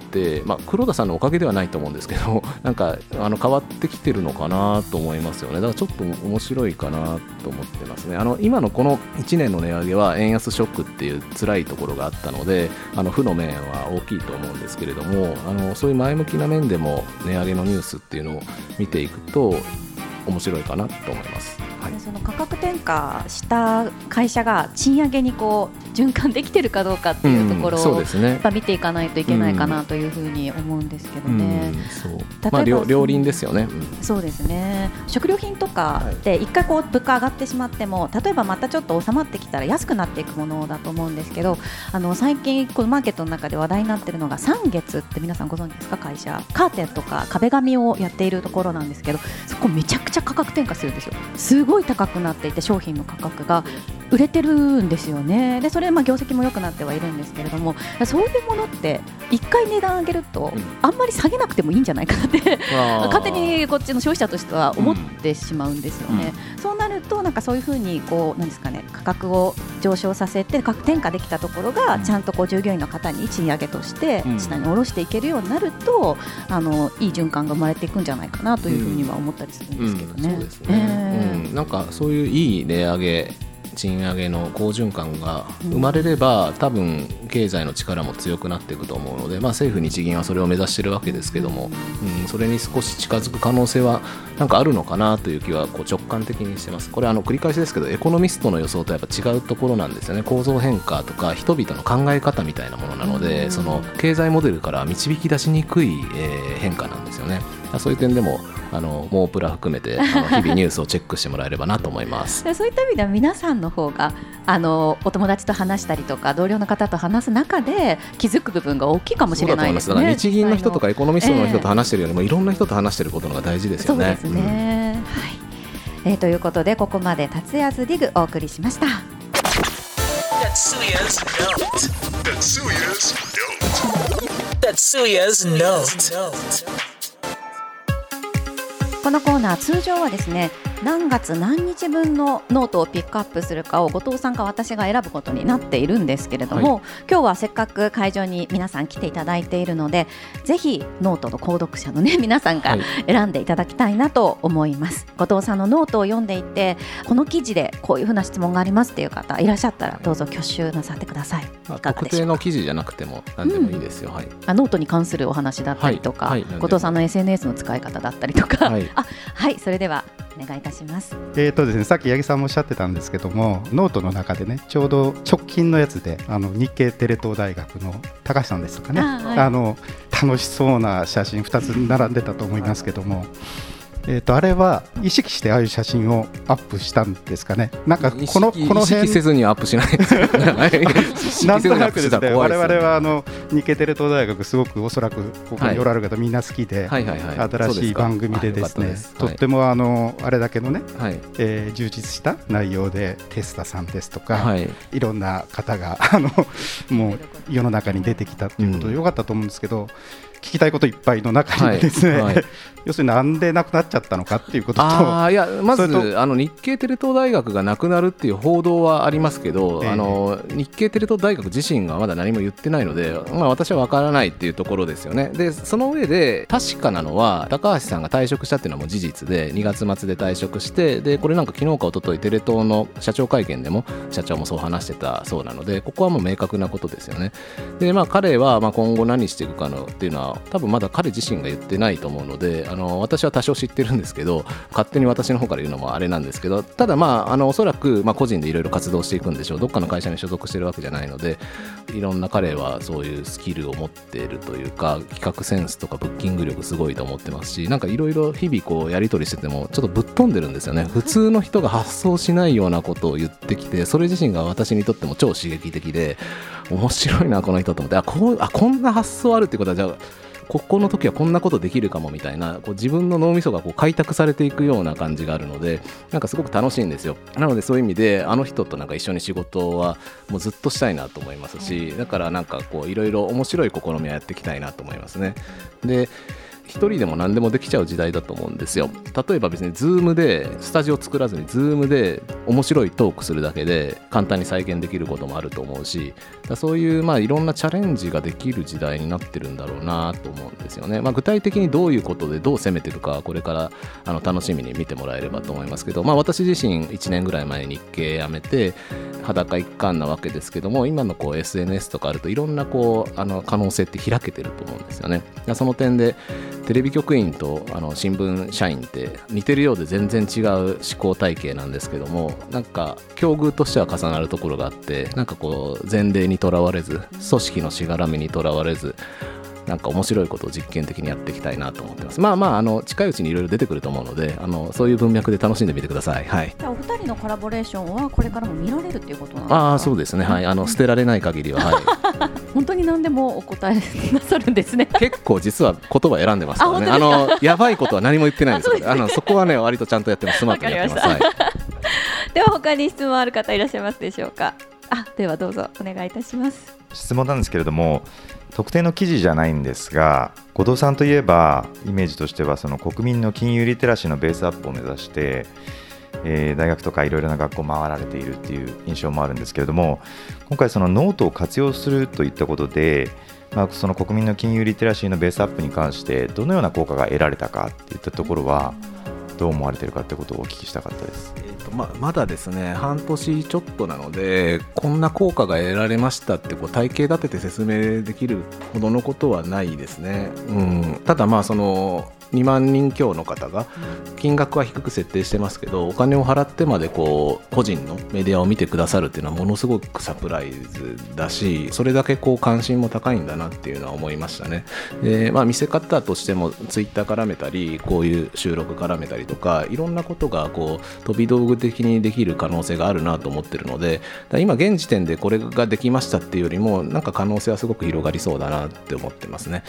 黒田さんのおかげではないと思うんですけど変わってきてるのかなと思いますよね。だからちょっと面白いかなと思ってますね。今のこの1年の値上げは円安ショックっていう辛いところがあったので負の面は大きいと思うんですけれども、そういう前向きな面でも値上げのニュースっていうのを見ていくと面白いかなと思います。はい、 その価格転嫁した会社が賃上げに循環できてるかどうかっていうところをやっぱ見ていかないといけないかなというふうに思うんですけどね。 両輪ですよね。 そうですね。食料品とかで一回物価上がってしまっても、例えばまたちょっと収まってきたら安くなっていくものだと思うんですけど、最近このマーケットの中で話題になっているのが三月って皆さんご存知ですか？会社カーテンとか壁紙をやっているところなんですけど、そこめちゃくちゃ価格転嫁するんですよ。すごい高くなっていて商品の価格が売れてるんですよね。でそれ業績も良くなってはいるんですけれども、そういうものって一回値段上げるとあんまり下げなくてもいいんじゃないかなって勝手にこっちの消費者としては思ってしまうんですよね。そうなるとそういうふうになんですかね、価格を上昇させて価格転嫁できたところがちゃんと従業員の方に賃上げとして下に下ろしていけるようになるといい循環が生まれていくんじゃないかなというふうには思ったりするんですけどね。 そうですね。そういういい値上げ賃上げの好循環が生まれれば、多分経済の力も強くなっていくと思うので、政府日銀はそれを目指しているわけですけども、それに少し近づく可能性はあるのかなという気は直感的にしてます。これ繰り返しですけど、エコノミストの予想とやっぱ違うところなんですよね。構造変化とか人々の考え方みたいなものなので、その経済モデルから導き出しにくい変化なんですよね。そういう点でもモープラ含めて日々ニュースをチェックしてもらえればなと思いますそういった意味では皆さんの方がお友達と話したりとか同僚の方と話す中で気づく部分が大きいかもしれないですね。 そうだと思います。だから日銀の人とかエコノミストの人と話してるよりも、いろんな人と話してることのが大事ですよね。 そうですね。はい。ということでここまで達也ズディグお送りしました。 Tetsuya's Note. Tetsuya's Note. このコーナー通常はですね、何月何日分のノートをピックアップするかを後藤さんか私が選ぶことになっているんですけれども、今日はせっかく会場に皆さん来ていただいているので、ぜひノートの購読者のね皆さんが選んでいただきたいなと思います。後藤さんのノートを読んでいて、この記事でこういうふうな質問がありますっていう方いらっしゃったらどうぞ挙手なさってください。 特定の記事じゃなくても何でもいいですよ。 ノートに関するお話だったりとか、後藤さんの SNS の使い方だったりとか、それではお願いいたします。 ですね、さっき八木さんもおっしゃってたんですけども、ノートの中でね、ちょうど直近のやつで日系テレ東大学の高橋さんですとかね、楽しそうな写真2つ並んでたと思いますけども、あれは意識してああいう写真をアップしたんですかね。なんかこの辺意識せずにアップしないですよね。 なんとなくですね、我々は日系テレ東大学すごくおそらくここにおられる方みんな好きで、新しい番組でですね、とってもあれだけのね、充実した内容でテスタさんですとか、いろんな方がもう世の中に出てきたということでよかったと思うんですけど、聞きたいこといっぱいの中にですね、要するになんでなくなっちゃったのかっていうことと、 いやまず日系テレ東大学がなくなるっていう報道はありますけど、日系テレ東大学自身がまだ何も言ってないので、私は分からないっていうところですよね。でその上で確かなのは、高橋さんが退職したっていうのはもう事実で、2月末で退職して、でこれなんか昨日か一昨日テレ東の社長会見でも社長もそう話してたそうなので、ここはもう明確なことですよね。で彼は今後何していくかのっていうのは多分まだ彼自身が言ってないと思うので、私は多少知ってるんですけど、勝手に私の方から言うのもあれなんですけど、ただおそらく個人でいろいろ活動していくんでしょう。どっかの会社に所属してるわけじゃないので、いろんな彼はそういうスキルを持っているというか、企画センスとかブッキング力すごいと思ってますし、なんかいろいろ日々やり取りしててもちょっとぶっ飛んでるんですよね。普通の人が発想しないようなことを言ってきて、それ自身が私にとっても超刺激的で面白いなこの人と思って、こんな発想あるってことは、じゃあここの時はこんなことできるかもみたいな、自分の脳みそが開拓されていくような感じがあるので、なんかすごく楽しいんですよ。なのでそういう意味であの人となんか一緒に仕事はもうずっとしたいなと思いますし、だからなんかいろいろ面白い試みはやっていきたいなと思いますね。で一人でも何でもできちゃう時代だと思うんですよ。例えば別に Zoom でスタジオ作らずに Zoom で面白いトークするだけで簡単に再現できることもあると思うし、そういういろんなチャレンジができる時代になってるんだろうなと思うんですよね。具体的にどういうことでどう攻めてるか、これから楽しみに見てもらえればと思いますけど、私自身1年ぐらい前に日系辞めて裸一貫なわけですけども、今のSNS とかあるといろんな可能性って開けてると思うんですよね。その点でテレビ局員と新聞社員って似てるようで全然違う思考体系なんですけども、なんか境遇としては重なるところがあって、なんか前例にとらわれず、組織のしがらみにとらわれず、なんか面白いことを実験的にやっていきたいなと思ってます。近いうちにいろいろ出てくると思うので、そういう文脈で楽しんでみてください。 じゃあお二人のコラボレーションはこれからも見られるっていうことなんですか？ そうですね、捨てられない限りは、 本当に何でもお答えなさるんですね。 結構実は言葉選んでますからね。やばいことは何も言ってないんですよ。そこはね割とちゃんとやってます。スマートにやってます。 では他に質問ある方いらっしゃいますでしょうか？ではどうぞお願いいたします。 質問なんですけれども、特定の記事じゃないんですが、後藤さんといえばイメージとしてはその国民の金融リテラシーのベースアップを目指して、大学とかいろいろな学校を回られているっていう印象もあるんですけれども、今回そのノートを活用するといったことで、その国民の金融リテラシーのベースアップに関してどのような効果が得られたかといったところはどう思われているかということをお聞きしたかったです。 まだですね、半年ちょっとなのでこんな効果が得られましたって体系立てて説明できるほどのことはないですね。ただ2万人強の方が金額は低く設定してますけど、お金を払ってまで個人のメディアを見てくださるっていうのはものすごくサプライズだし、それだけ関心も高いんだなっていうのは思いましたね。で、見せ方としてもツイッター絡めたり、こういう収録絡めたりとか、いろんなことが飛び道具的にできる可能性があるなと思ってるので、今現時点でこれができましたっていうよりもなんか可能性はすごく広がりそうだなって思ってますね。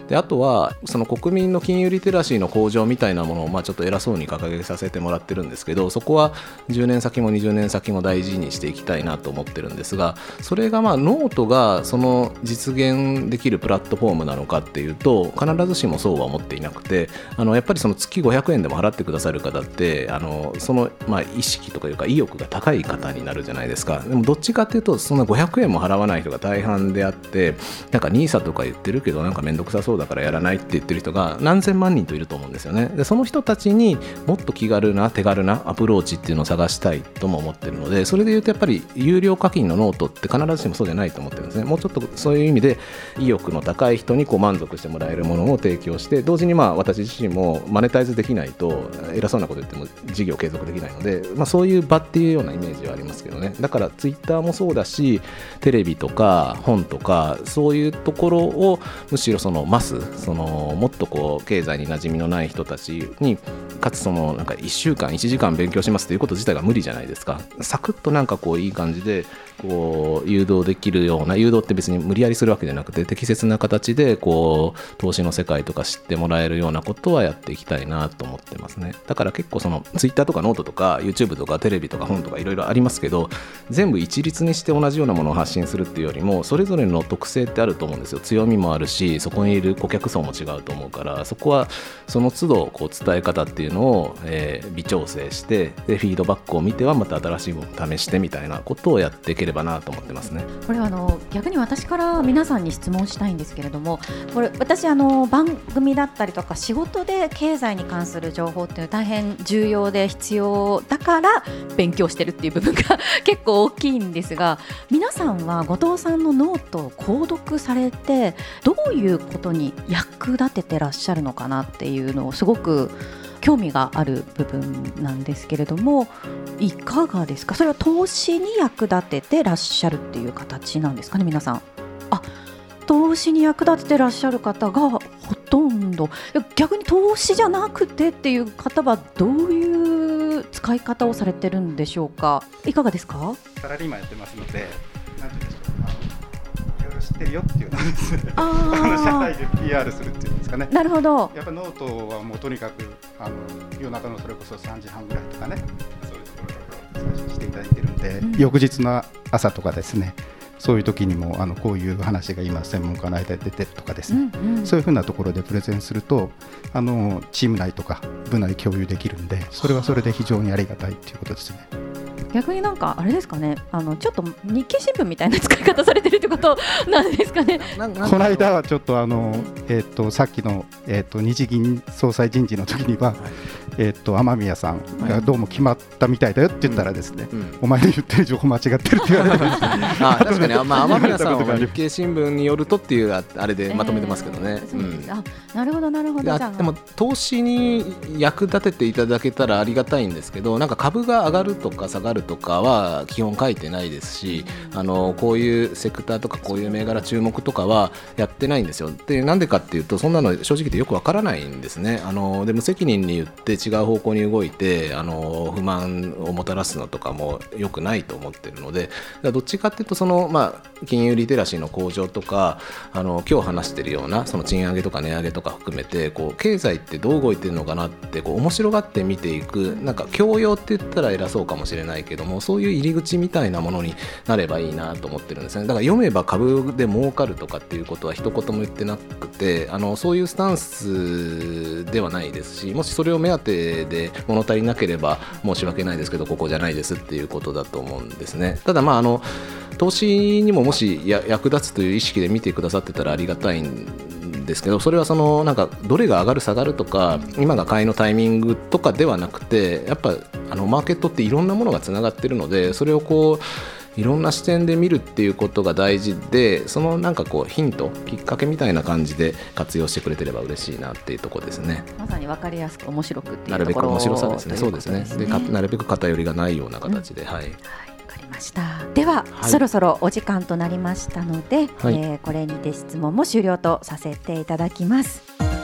であとはその国民の金融リテラシーの向上みたいなものをちょっと偉そうに掲げさせてもらってるんですけど、そこは10年先も20年先も大事にしていきたいなと思ってるんですが、それがノートがその実現できるプラットフォームなのかっていうと必ずしもそうは思っていなくて、やっぱりその月500円でも払ってくださる方ってその意識とかいうか意欲が高い方になるじゃないですか。でもどっちかっていうとそんな500円も払わない人が大半であって、なんか NISA とか言ってるけどなんかめんどくさそうだからやらないって言ってる人が何千万人といると思うんですよね。でその人たちにもっと気軽な手軽なアプローチっていうのを探したいとも思ってるので、それでいうとやっぱり有料課金のノートって必ずしもそうじゃないと思ってるんですね。もうちょっとそういう意味で意欲の高い人に満足してもらえるものを提供して、同時に私自身もマネタイズできないと偉そうなこと言っても事業継続できないので、そういう場っていうようなイメージはありますけどね。だからツイッターもそうだし、テレビとか本とかそういうところをむしろもっと経済に馴染みのない人たちに、かつなんか1週間1時間勉強しますということ自体が無理じゃないですか。サクッとなんかいい感じで誘導できるような、誘導って別に無理やりするわけじゃなくて適切な形で投資の世界とか知ってもらえるようなことはやっていきたいなと思ってますね。だから結構ツイッターとかノートとか YouTube とかテレビとか本とかいろいろありますけど、全部一律にして同じようなものを発信するっていうよりもそれぞれの特性ってあると思うんですよ。強みもあるし、そこにいる顧客層も違うと思うから、そこはその都度伝え方っていうのを微調整して、でフィードバックを見てはまた新しいものを試してみたいなことをやっていければなと思ってますね。 これ逆に私から皆さんに質問したいんですけれども、これ私番組だったりとか仕事で経済に関する情報っていうのは大変重要で必要だから勉強してるっていう部分が結構大きいんですが、皆さんは後藤さんのノートを購読されてどういうことに役立ててらっしゃるのかなっていうのをすごく興味がある部分なんですけれども、いかがですか？それは投資に役立ててらっしゃるっていう形なんですかね。皆さん投資に役立ててらっしゃる方がほとんど。逆に投資じゃなくてっていう方はどういう使い方をされてるんでしょうか？いかがですか？ サラリーマンやってますので、なんていうんでしょう、いろいろ知ってるよっていうのです社会で PR するっていうんですかね。 なるほど。 やっぱノートはもうとにかく夜中のそれこそ3時半ぐらいとかね、そういうところで最初していただいてるんで、翌日の朝とかですね、そういう時にもこういう話が今専門家の間で出てるとかですね、そういうふうなところでプレゼンするとチーム内とか部内共有できるんで、それはそれで非常にありがたいということですね。 逆になんかあれですかね、ちょっと日経新聞みたいな使い方されてるってことなんですかね。 この間はちょっとさっきの日銀総裁人事の時には、雨宮さんがどうも決まったみたいだよって言ったらですね、お前の言ってる情報間違ってるって言われてました。 確かに雨宮さんは日経新聞によるとっていうあれでまとめてますけどね。 なるほどなるほど。 でも投資に役立てていただけたらありがたいんですけど、なんか株が上がるとか下がるとかは基本書いてないですし、こういうセクターとかこういう銘柄注目とかはやってないんですよ。でなんでかっていうと、そんなの正直言ってよくわからないんですね。で無責任に言って違う方向に動いて不満をもたらすのとかも良くないと思ってるので、どっちかっていうと金融リテラシーの向上とか今日話してるようなその賃上げとか値上げとか含めて経済ってどう動いてるのかなって面白がって見ていく、なんか教養って言ったら偉そうかもしれないけども、そういう入り口みたいなものになればいいなと思ってるんですね。だから読めば株で儲かるとかっていうことは一言も言ってなくて、そういうスタンスではないですし、もしそれを目当てで物足りなければ申し訳ないですけどここじゃないですっていうことだと思うんですね。ただ投資にももし役立つという意識で見てくださってたらありがたいんですけど、それはなんかどれが上がる下がるとか今が買いのタイミングとかではなくて、やっぱマーケットっていろんなものがつながってるので、それをいろんな視点で見るっていうことが大事で、なんかヒントきっかけみたいな感じで活用してくれてれば嬉しいなっていうところですね。 まさに分かりやすく面白くっていうところ、 なるべく面白さですね。そうですね。でなるべく偏りがないような形で、はい。 では、そろそろお時間となりましたので、これにて質問も終了とさせていただきます。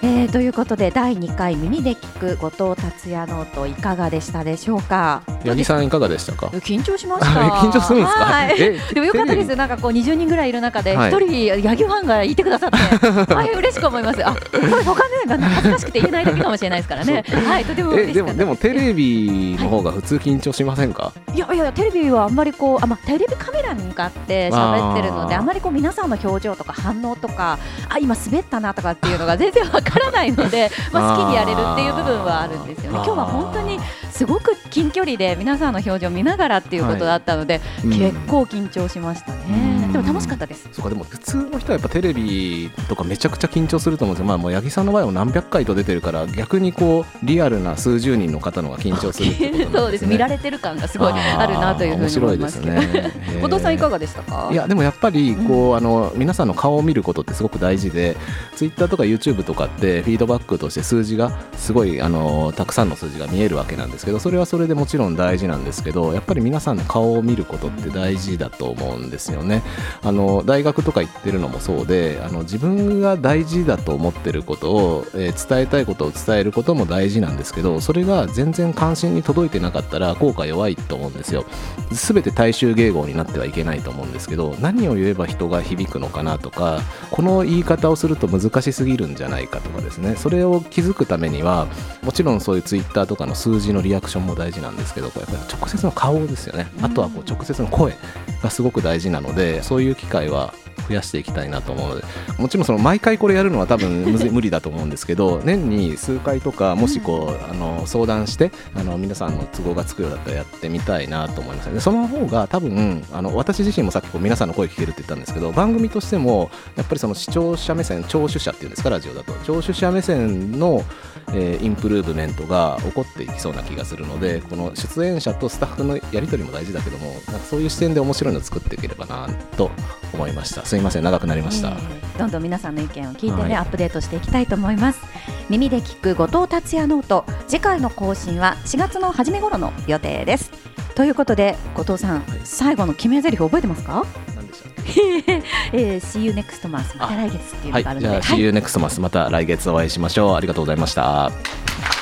ということで第2回耳で聞く後藤達也ノートいかがでしたでしょうか。 八木さんいかがでしたか。 緊張しました緊張するんですか。 はい、でもよかったです。なんかこう20人ぐらいいる中で1人八木ファンがいてくださって大変嬉しく思います。これ他ね恥ずかしくて言えないだけかもしれないですからね。はい、とても嬉しかった。 でもテレビの方が普通緊張しませんか。 いやテレビはあんまりこうテレビカメラに向かって喋ってるのであんまりこう皆さんの表情とか反応とか今滑ったなとかっていうのが全然わからないので好きにやれるっていう部分はあるんですよね。今日は本当にすごく近距離で皆さんの表情を見ながらっていうことだったので、結構緊張しましたね。でも楽しかったです。 そうか、でも普通の人はやっぱテレビとかめちゃくちゃ緊張すると思うんですよ。もう八木さんの場合は何百回と出てるから逆にこうリアルな数十人の方のが緊張するってことなんですね。 そうです、見られてる感がすごいあるなというふうに思いますけど。後藤さんいかがでしたか。 いやでもやっぱりこう、皆さんの顔を見ることってすごく大事で、ツイッターとか YouTube とかってフィードバックとして数字がすごいたくさんの数字が見えるわけなんですけど、それはそれでもちろん大事なんですけど、やっぱり皆さんの顔を見ることって大事だと思うんですよね。大学とか行ってるのもそうで、自分が大事だと思ってることを、伝えたいことを伝えることも大事なんですけど、それが全然関心に届いてなかったら効果弱いと思うんですよ。全て大衆迎合になってはいけないと思うんですけど、何を言えば人が響くのかなとか、この言い方をすると難しすぎるんじゃないかとかですね、それを気づくためにはもちろんそういうツイッターとかの数字のリアクションも大事なんですけど、やっぱり直接の顔ですよね。あとはこう直接の声がすごく大事なので、そういう機会は増やしていきたいなと思うので、もちろんその毎回これやるのは多分無理だと思うんですけど年に数回とかもしこう相談して皆さんの都合がつくようだったらやってみたいなと思います。でその方が多分私自身もさっきこう皆さんの声聞けるって言ったんですけど、番組としてもやっぱりその視聴者目線、聴取者っていうんですか、ラジオだと聴取者目線のインプルーブメントが起こっていきそうな気がするので、この出演者とスタッフのやり取りも大事だけども、なんかそういう視点で面白いのを作っていければなと思いました。すいません、長くなりました。 どんどん皆さんの意見を聞いてね、アップデートしていきたいと思います。耳で聞く後藤達也ノート、次回の更新は4月の初め頃の予定です。ということで後藤さん、最後の決め台詞覚えてますか。 何でしたっけSee you next month、また来月っていうのがあるので、 じゃあ See you next month、また来月お会いしましょう。ありがとうございました。